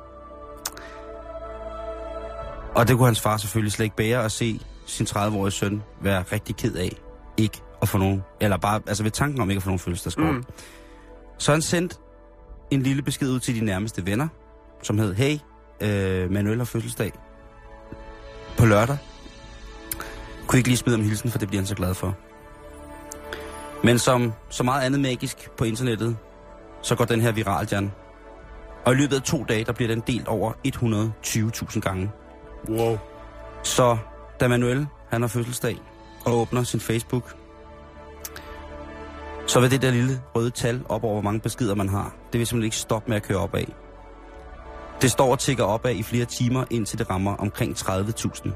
Og det kunne hans far selvfølgelig slet ikke bære at se sin tredive-årige søn være rigtig ked af ikke at få nogen, eller bare, altså ved tanken om ikke at få nogen fødselsdagskort. Mm. Så han sendte en lille besked ud til de nærmeste venner, som hed, hey, øh, Manuel har fødselsdag på lørdag. Kunne I ikke lige smide om hilsen, for det bliver han så glad for. Men som så meget andet magisk på internettet, så går den her viral, Jan. Og i løbet af to dage, der bliver den delt over et hundrede og tyve tusind gange. Wow. Så da Manuel, han har fødselsdag og åbner sin Facebook, så vil det der lille røde tal op over, hvor mange beskeder man har. Det vil simpelthen ikke stoppe med at køre opad. Det står og tikker opad i flere timer, indtil det rammer omkring tredive tusind.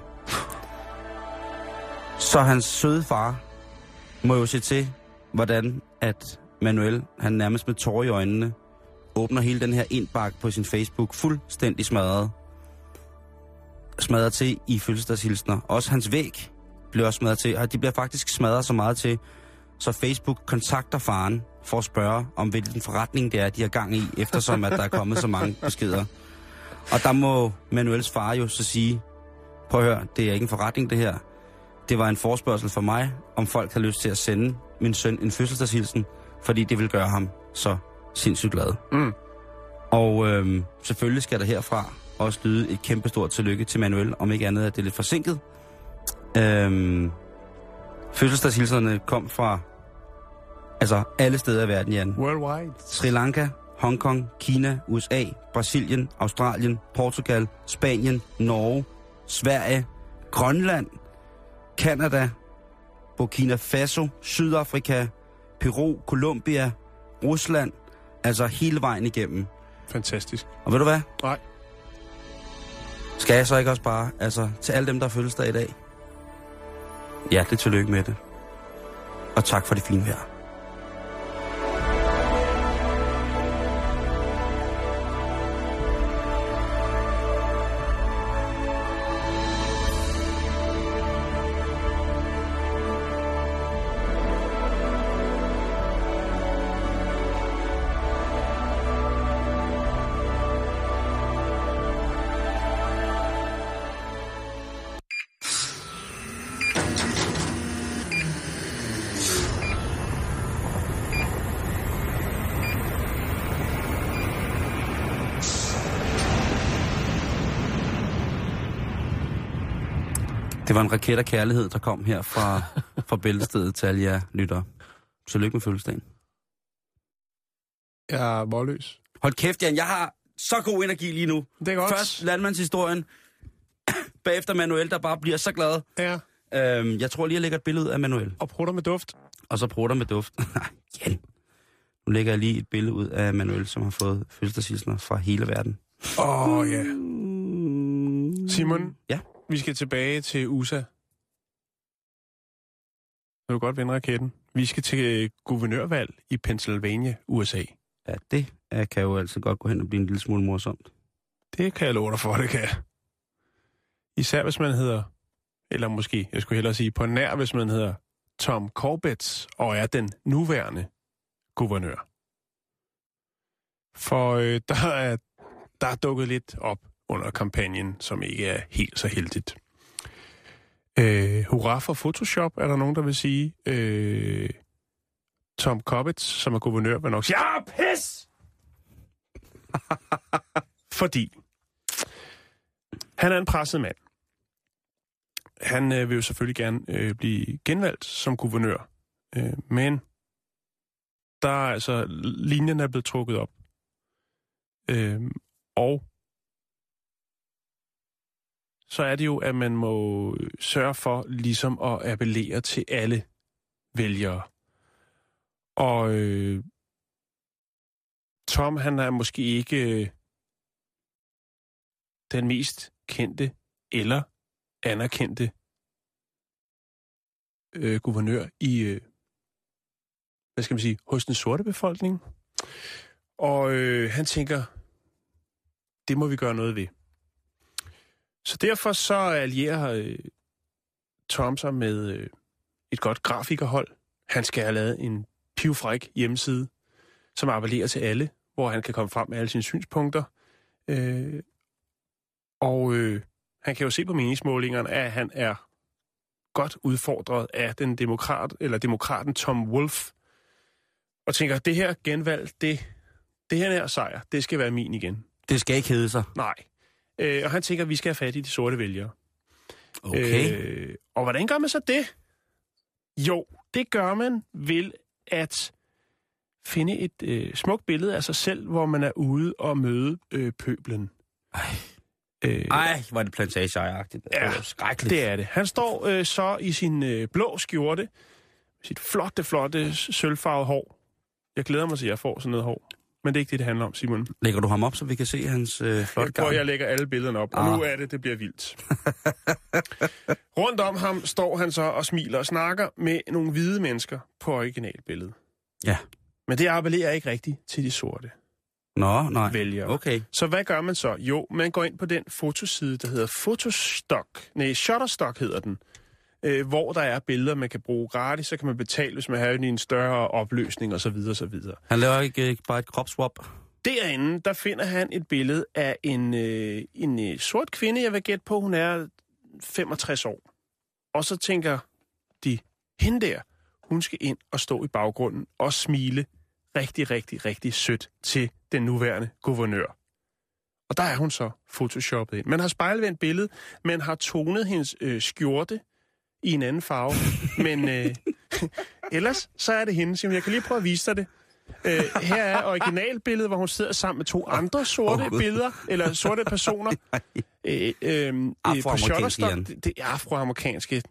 Så hans søde far må jo se til, hvordan at Manuel, han nærmest med tårer i øjnene, åbner hele den her indbakke på sin Facebook, fuldstændig smadret. Smadret til i fødselsdagshilsner. Også hans væg bliver også smadret til, og de bliver faktisk smadret så meget til, så Facebook kontakter faren for at spørge, om hvilken forretning det er, de har gang i, eftersom at der er kommet så mange beskeder. Og der må Manuels far jo så sige, prøv at høre, det er ikke en forretning det her. Det var en forespørgsel for mig, om folk har lyst til at sende min søn en fødselsdagshilsen, fordi det vil gøre ham så sindssygt glad. Mm. Og øhm, selvfølgelig skal der herfra også lyde et kæmpestort tillykke til Manuel, om ikke andet, at det er lidt forsinket. Øhm, fødselsdagshilserne kom fra altså alle steder i verden, Jan. Worldwide. Sri Lanka, Hongkong, Kina, U S A, Brasilien, Australien, Portugal, Spanien, Norge, Sverige, Grønland, Canada, Burkina Faso, Sydafrika, Peru, Colombia, Rusland, altså hele vejen igennem. Fantastisk. Og ved du hvad? Nej. Skal jeg så ikke også bare, altså til alle dem, der har fødselsdag i dag, hjertelig tillykke med det. Og tak for det fine vejr. Det var en raket af kærlighed, der kom her fra, fra bæltestedet til alle jer lyttere. Tillykke med fødselsdagen. Jeg er målløs. Hold kæft, Jan. Jeg har så god energi lige nu. Det er godt. Først landmandshistorien. Bagefter Manuel, der bare bliver så glad. Ja. Øhm, jeg tror lige, jeg lægger et billede af Manuel. Og prutter med duft. Og så prutter med duft. Nej, Jan. Nu lægger jeg lige et billede ud af Manuel, som har fået fødselsdagshilsner fra hele verden. Åh, oh, ja. Simon, ja? Vi skal tilbage til U S A. Du kan godt vende raketten. Vi skal til guvernørvalg i Pennsylvania, U S A. Ja, det er, kan jo altså godt gå hen og blive en lille smule morsomt. Det kan jeg love dig for, det kan. Især hvis man hedder, eller måske, jeg skulle hellere sige, på nær, hvis man hedder Tom Corbett og er den nuværende guvernør. For øh, der, er, der er dukket lidt op under kampagnen, som ikke er helt så heldigt. Øh, hurra for Photoshop, er der nogen, der vil sige. Øh, Tom Corbett, som er guvernør, vil nok sige, ja, pis! Fordi han er en presset mand. Han øh, vil jo selvfølgelig gerne øh, blive genvalgt som guvernør. Øh, men der er altså, linjen er blevet trukket op. Øh, og så er det jo, at man må sørge for ligesom at appellere til alle vælgere. Og øh, Tom, han er måske ikke øh, den mest kendte eller anerkendte øh, guvernør i, øh, hvad skal man sige, hos den sorte befolkning. Og øh, han tænker, det må vi gøre noget ved. Så derfor så allierer øh, Tom sig med øh, et godt grafikerhold. Han skal have lavet en pivfræk hjemmeside, som appellerer til alle, hvor han kan komme frem med alle sine synspunkter. Øh, og øh, han kan jo se på meningsmålingerne, at han er godt udfordret af den demokrat, eller demokraten Tom Wolf, og tænker, at det her genvalg, det, det her er sejr, det skal være min igen. Det skal ikke hedde sig. Nej. Øh, og han tænker, at vi skal have fat i de sorte vælgere. Okay. Øh, og hvordan gør man så det? Jo, det gør man ved at finde et øh, smukt billede af sig selv, hvor man er ude og møde øh, pøblen. Ej. Øh, Ej, var det plantageejeragtigt. Ja, det, skrækkeligt. Det er det. Han står øh, så i sin øh, blå skjorte, sit flotte, flotte, sølvfarvede hår. Jeg glæder mig til, at jeg får sådan noget hår. Men det er ikke det, det handler om, Simon. Lægger du ham op, så vi kan se hans øh, flotte gang? Jeg, jeg lægger alle billederne op, og ah. nu er det, det bliver vildt. Rundt om ham står han så og smiler og snakker med nogle hvide mennesker på originalbilledet. Ja. Men det appellerer ikke rigtigt til de sorte. Nå, nej. Vælgere. Okay. Så hvad gør man så? Jo, man går ind på den fotoside, der hedder Photostock. Nej, Shutterstock hedder den. Øh, hvor der er billeder, man kan bruge gratis, så kan man betale, hvis man har en større opløsning osv. osv. Han laver ikke, ikke bare et kropswap? Derinde, der finder han et billede af en, øh, en øh, sort kvinde, jeg vil gætte på, hun er femogtres år. Og så tænker de, hende der, hun skal ind og stå i baggrunden og smile rigtig, rigtig, rigtig sødt til den nuværende guvernør. Og der er hun så photoshoppet ind. Man har spejlvendt billedet, man har tonet hendes øh, skjorte i en anden farve, men øh, ellers så er det hende. Jamen, jeg kan lige prøve at vise dig det. Øh, her er originalbilledet, hvor hun sidder sammen med to andre sorte oh, billeder, eller sorte personer. Øh, øh, på Shutterstock, det, det er afroamerikanske.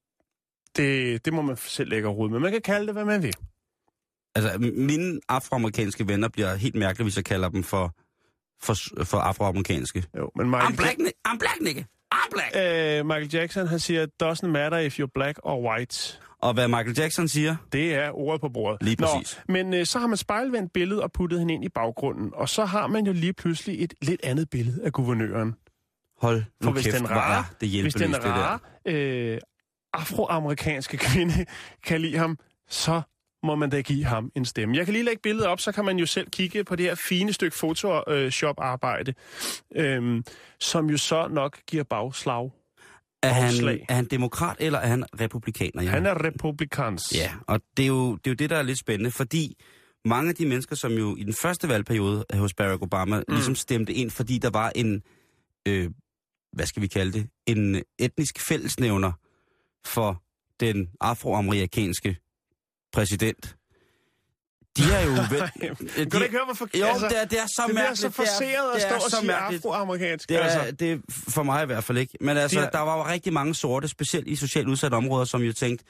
Det, det må man selv lægge råd med. Man kan kalde det, hvad man vil. Altså, mine afroamerikanske venner bliver helt mærkelige, hvis jeg kalder dem for, for, for afroamerikanske. Jo, men Michael I'm black, ni- I'm black, nigga. I'm black. Øh, Michael Jackson, han siger, doesn't matter if you're black or white. Og hvad Michael Jackson siger? Det er ordet på bordet. Lige præcis. Nå, men øh, så har man spejlvendt billedet og puttet hende ind i baggrunden, og så har man jo lige pludselig et lidt andet billede af guvernøren. Hold nu For hvis kæft, den rare, det hvis den rare øh, afroamerikanske kvinde kan lide ham, så må man da give ham en stemme. Jeg kan lige lægge billedet op, så kan man jo selv kigge på det her fine stykke Photoshop-arbejde, øh, som jo så nok giver bagslag. Er han, er han demokrat, eller er han republikaner? Ja? Han er republikansk. Ja, og det er, jo, det er jo det, der er lidt spændende, fordi mange af de mennesker, som jo i den første valgperiode hos Barack Obama, mm. ligesom stemte ind, fordi der var en, øh, hvad skal vi kalde det, en etnisk fællesnævner for den afroamerikanske præsident. De er jo vel... Kan du ikke høre, hvorfor... Jo, altså, det, er, det er så det mærkeligt. Det er så forseret at stå og sige afroamerikansk. Det er, altså. det er for mig i hvert fald ikke. Men altså, er... der var jo rigtig mange sorte, specielt i socialt udsatte områder, som jo tænkte,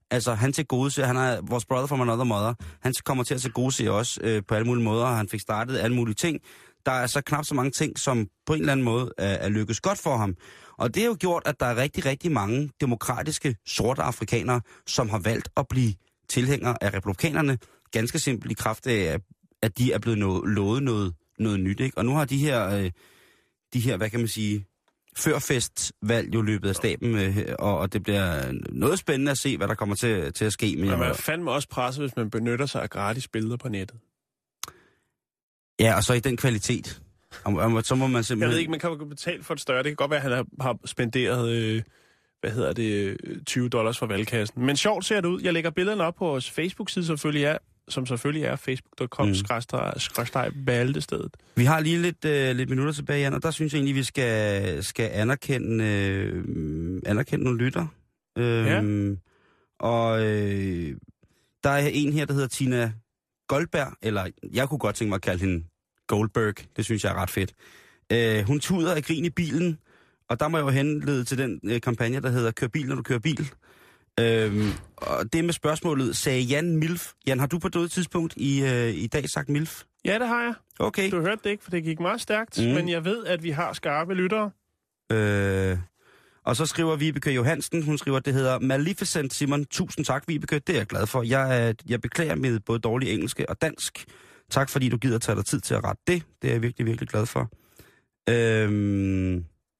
Altså, han til gode ser, han er vores brother from another mother. Han kommer til at se gode se også øh, på alle mulige måder, og han fik startet alle mulige ting. Der er så knap så mange ting, som på en eller anden måde er, er lykkes godt for ham. Og det har jo gjort, at der er rigtig, rigtig mange demokratiske sorte afrikanere, som har valgt at blive tilhængere af republikanerne, ganske simpelt i kraft af, at de er blevet no- lovet noget, noget nyt. Ikke? Og nu har de her, øh, de her, hvad kan man sige, førfestvalg jo løbet af staben, øh, og, og det bliver noget spændende at se, hvad der kommer til, til at ske. Men man jeg, er fandme også presset, hvis man benytter sig af gratis billeder på nettet. Ja, og så i den kvalitet. Og, og, så må man simpelthen... Jeg ved ikke, man kan jo betale for et større. Det kan godt være, at han har, har spenderet, øh, hvad hedder det, tyve dollars for valgkassen. Men sjovt ser det ud. Jeg lægger billederne op på vores Facebook-side, selvfølgelig er, som selvfølgelig er facebook punktum com skråstreg bæltestedet. Vi har lige lidt, øh, lidt minutter tilbage, Jan, og der synes jeg egentlig, vi skal, skal anerkende, øh, anerkende nogle lytter. Øh, ja. Og øh, der er en her, der hedder Tina Goldberg, eller jeg kunne godt tænke mig at kalde hende Goldberg. Det synes jeg er ret fedt. Øh, hun tuder af grin i bilen, og der må jeg jo henlede til den øh, kampagne, der hedder Kør bil, når du kører bil. Øhm, og det med spørgsmålet, sagde Jan Milf. Jan, har du på noget tidspunkt i, øh, i dag sagt Milf? Ja, det har jeg. Okay. Du hørte det ikke, for det gik meget stærkt, mm. men jeg ved, at vi har skarpe lyttere. Øh, og så skriver Vibeke Johansen, hun skriver, at det hedder Maleficent Simon. Tusind tak, Vibeke, det er jeg glad for. Jeg, jeg beklager med både dårlig engelske og dansk. Tak, fordi du gider tage dig tid til at rette det. Det er jeg virkelig, virkelig glad for. Øhm,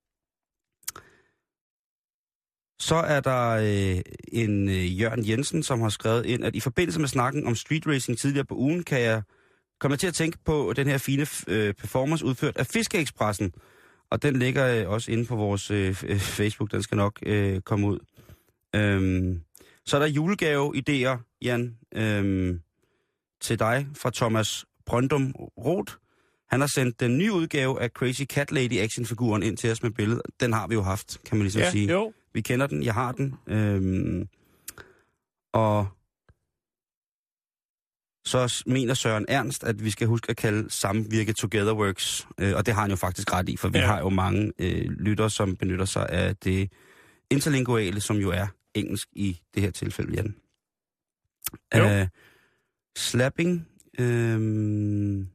så er der øh, en øh, Jørgen Jensen, som har skrevet ind, at i forbindelse med snakken om street racing tidligere på ugen, kan jeg komme til at tænke på den her fine øh, performance udført af Fiskeekspressen. Og den ligger øh, også inde på vores øh, Facebook, den skal nok øh, komme ud. Øhm, så er der julegave-idéer, Jan, øhm, til dig fra Thomas Brøndum Roth. Han har sendt den nye udgave af Crazy Cat Lady actionfiguren ind til os med billedet. Den har vi jo haft, kan man ligesom ja, sige. Jo. Vi kender den, jeg har den. Øhm, og så mener Søren Ernst, at vi skal huske at kalde Samvirke Togetherworks. Øh, og det har han jo faktisk ret i, for vi ja. har jo mange øh, lyttere, som benytter sig af det interlinguale, som jo er engelsk i det her tilfælde, Jan. Øh, slapping. Øh,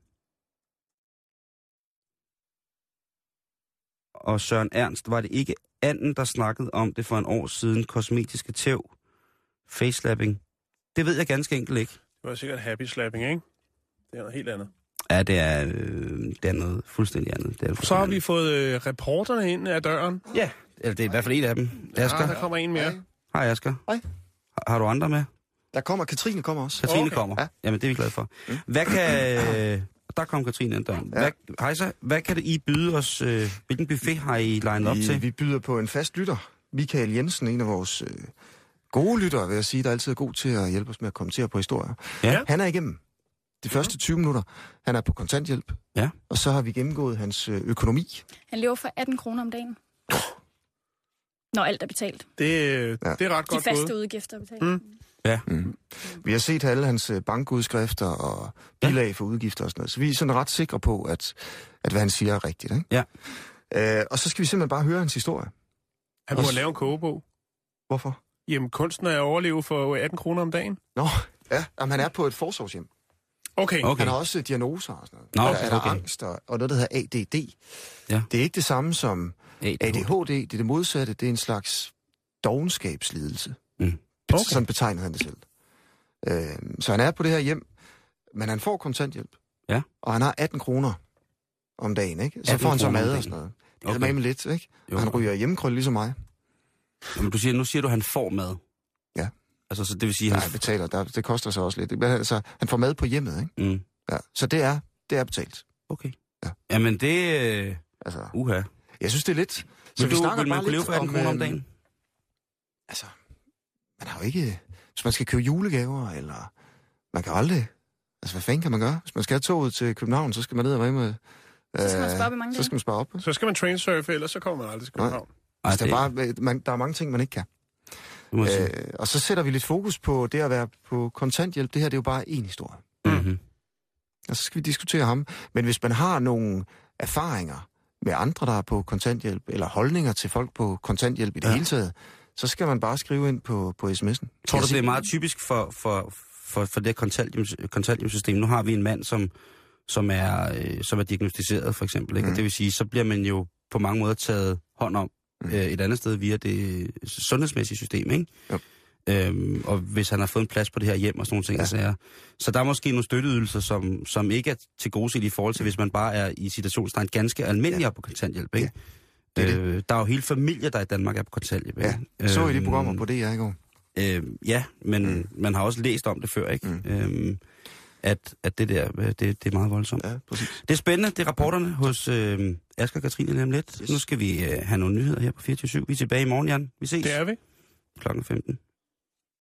og Søren Ernst, var det ikke anden, der snakkede om det for en år siden, kosmetiske tæv, face-slapping? Det ved jeg ganske enkelt ikke. Det var sikkert happy slapping, ikke? Det er noget helt andet. Ja, det er, øh, det er noget fuldstændig andet. Det er fuldstændig Så har vi andet. fået øh, reporterne ind ad døren. Ja, eller det er i hvert fald en af dem. Asger. Ja, der kommer en mere. Hej, Asger. Hej. Har, har du andre med? Der kommer, Katrine kommer også. Katrine okay. kommer. Ja. Jamen, det er vi glade for. Mm. Hvad kan... Der kom Katrine ind der. Ja. Hvad, hej så. Hvad kan det I byde os? Øh, hvilken buffet har I legnet op til? Vi byder på en fast lytter. Michael Jensen, en af vores øh, gode lyttere, vil jeg sige, der altid er god til at hjælpe os med at kommentere på historier. Ja. Han er igennem de første tyve minutter. Han er på kontanthjælp. Ja. Og så har vi gennemgået hans økonomi. Han lever for atten kroner om dagen. Når alt er betalt. Det, ja. det er ret De godt faste gået. udgifter er betalt. Mm. Ja. Mm. Vi har set alle hans bankudskrifter og bilag ja. for udgifter og sådan noget. Så vi er sådan ret sikre på, at, at hvad han siger er rigtigt. Ikke? Ja. Øh, og så skal vi simpelthen bare høre hans historie. Han må lave en kogebog. Hvorfor? Jamen, kunsten er at overleve for atten kroner om dagen. Nå, ja. Jamen, han er på et forsorgshjem. Okay. okay. Han har også diagnoser og sådan noget. Nå, okay, okay. Er der angst og, og noget, der hedder A D D. Ja. Det er ikke det samme som A D H D. A D H D. Det er det modsatte. Det er en slags dovenskabslidelse. Mm. Okay. Sådan betegner han det selv. Øh, så han er på det her hjem, men han får kontanthjælp. Ja. Og han har atten kroner om dagen, ikke? Så får han så mad og sådan noget. Det er okay. med lidt, ikke? Og han ryger hjemmekrøl ligesom mig. Jamen, du siger, nu siger du, at han får mad. Ja. Altså, så det vil sige, at han... Nej, betaler. Der, det koster så også lidt. Men altså, han får mad på hjemmet, ikke? Mm. Ja. Så det er, det er betalt. Okay. Ja. Jamen, det... Øh... Altså, uha. Jeg synes, det er lidt... Så vil, du, vil man kunne leve for atten kroner om dagen? Altså, man har jo ikke... Hvis man skal købe julegaver, eller... Man kan aldrig... Altså, hvad fanden kan man gøre? Hvis man skal have toget til København, så skal man ned og med... Så skal man spare op i mange Så skal man spare op. Så skal man trainsurfe, ellers så kommer man aldrig til København. Nej. Altså, der, er bare, man, der er mange ting, man ikke kan. Øh, og så sætter vi lidt fokus på det at være på kontanthjælp. Det her, det er jo bare én historie. Mm-hmm. Og så skal vi diskutere ham. Men hvis man har nogle erfaringer med andre, der er på kontanthjælp, eller holdninger til folk på kontanthjælp i det ja. hele taget, så skal man bare skrive ind på, på sms'en. Tror du, det er meget typisk for, for, for, for det kontanthjælpssystem? Nu har vi en mand, som, som, er, øh, som er diagnostiseret, for eksempel. Ikke? Mm. Det vil sige, så bliver man jo på mange måder taget hånd om mm. øh, et andet sted via det sundhedsmæssige system, ikke? Jo. Øhm, og hvis han har fået en plads på det her hjem og sådan nogle ting, ja. så, så der er måske nogle støtteydelser, som, som ikke er til gode set i forhold til, hvis man bare er i situationstegn ganske almindelig ja. på kontanthjælp, ikke? Ja. Det øh, det. Der er jo hele familier, der i Danmark er på kontanthjælp, ikke? Ja. Så I de programmer på det, jeg i går? Øh, ja, men mm. man har også læst om det før, ikke? Mm. Øhm, at, at det der, det, det er meget voldsomt. Ja, præcis. Det er spændende, det er rapporterne hos øh, Asger og Katrine lige om lidt. Yes. Nu skal vi øh, have nogle nyheder her på fireogtyve syv. Vi er tilbage i morgen, Jan. Vi ses. Det er vi. klokken femten.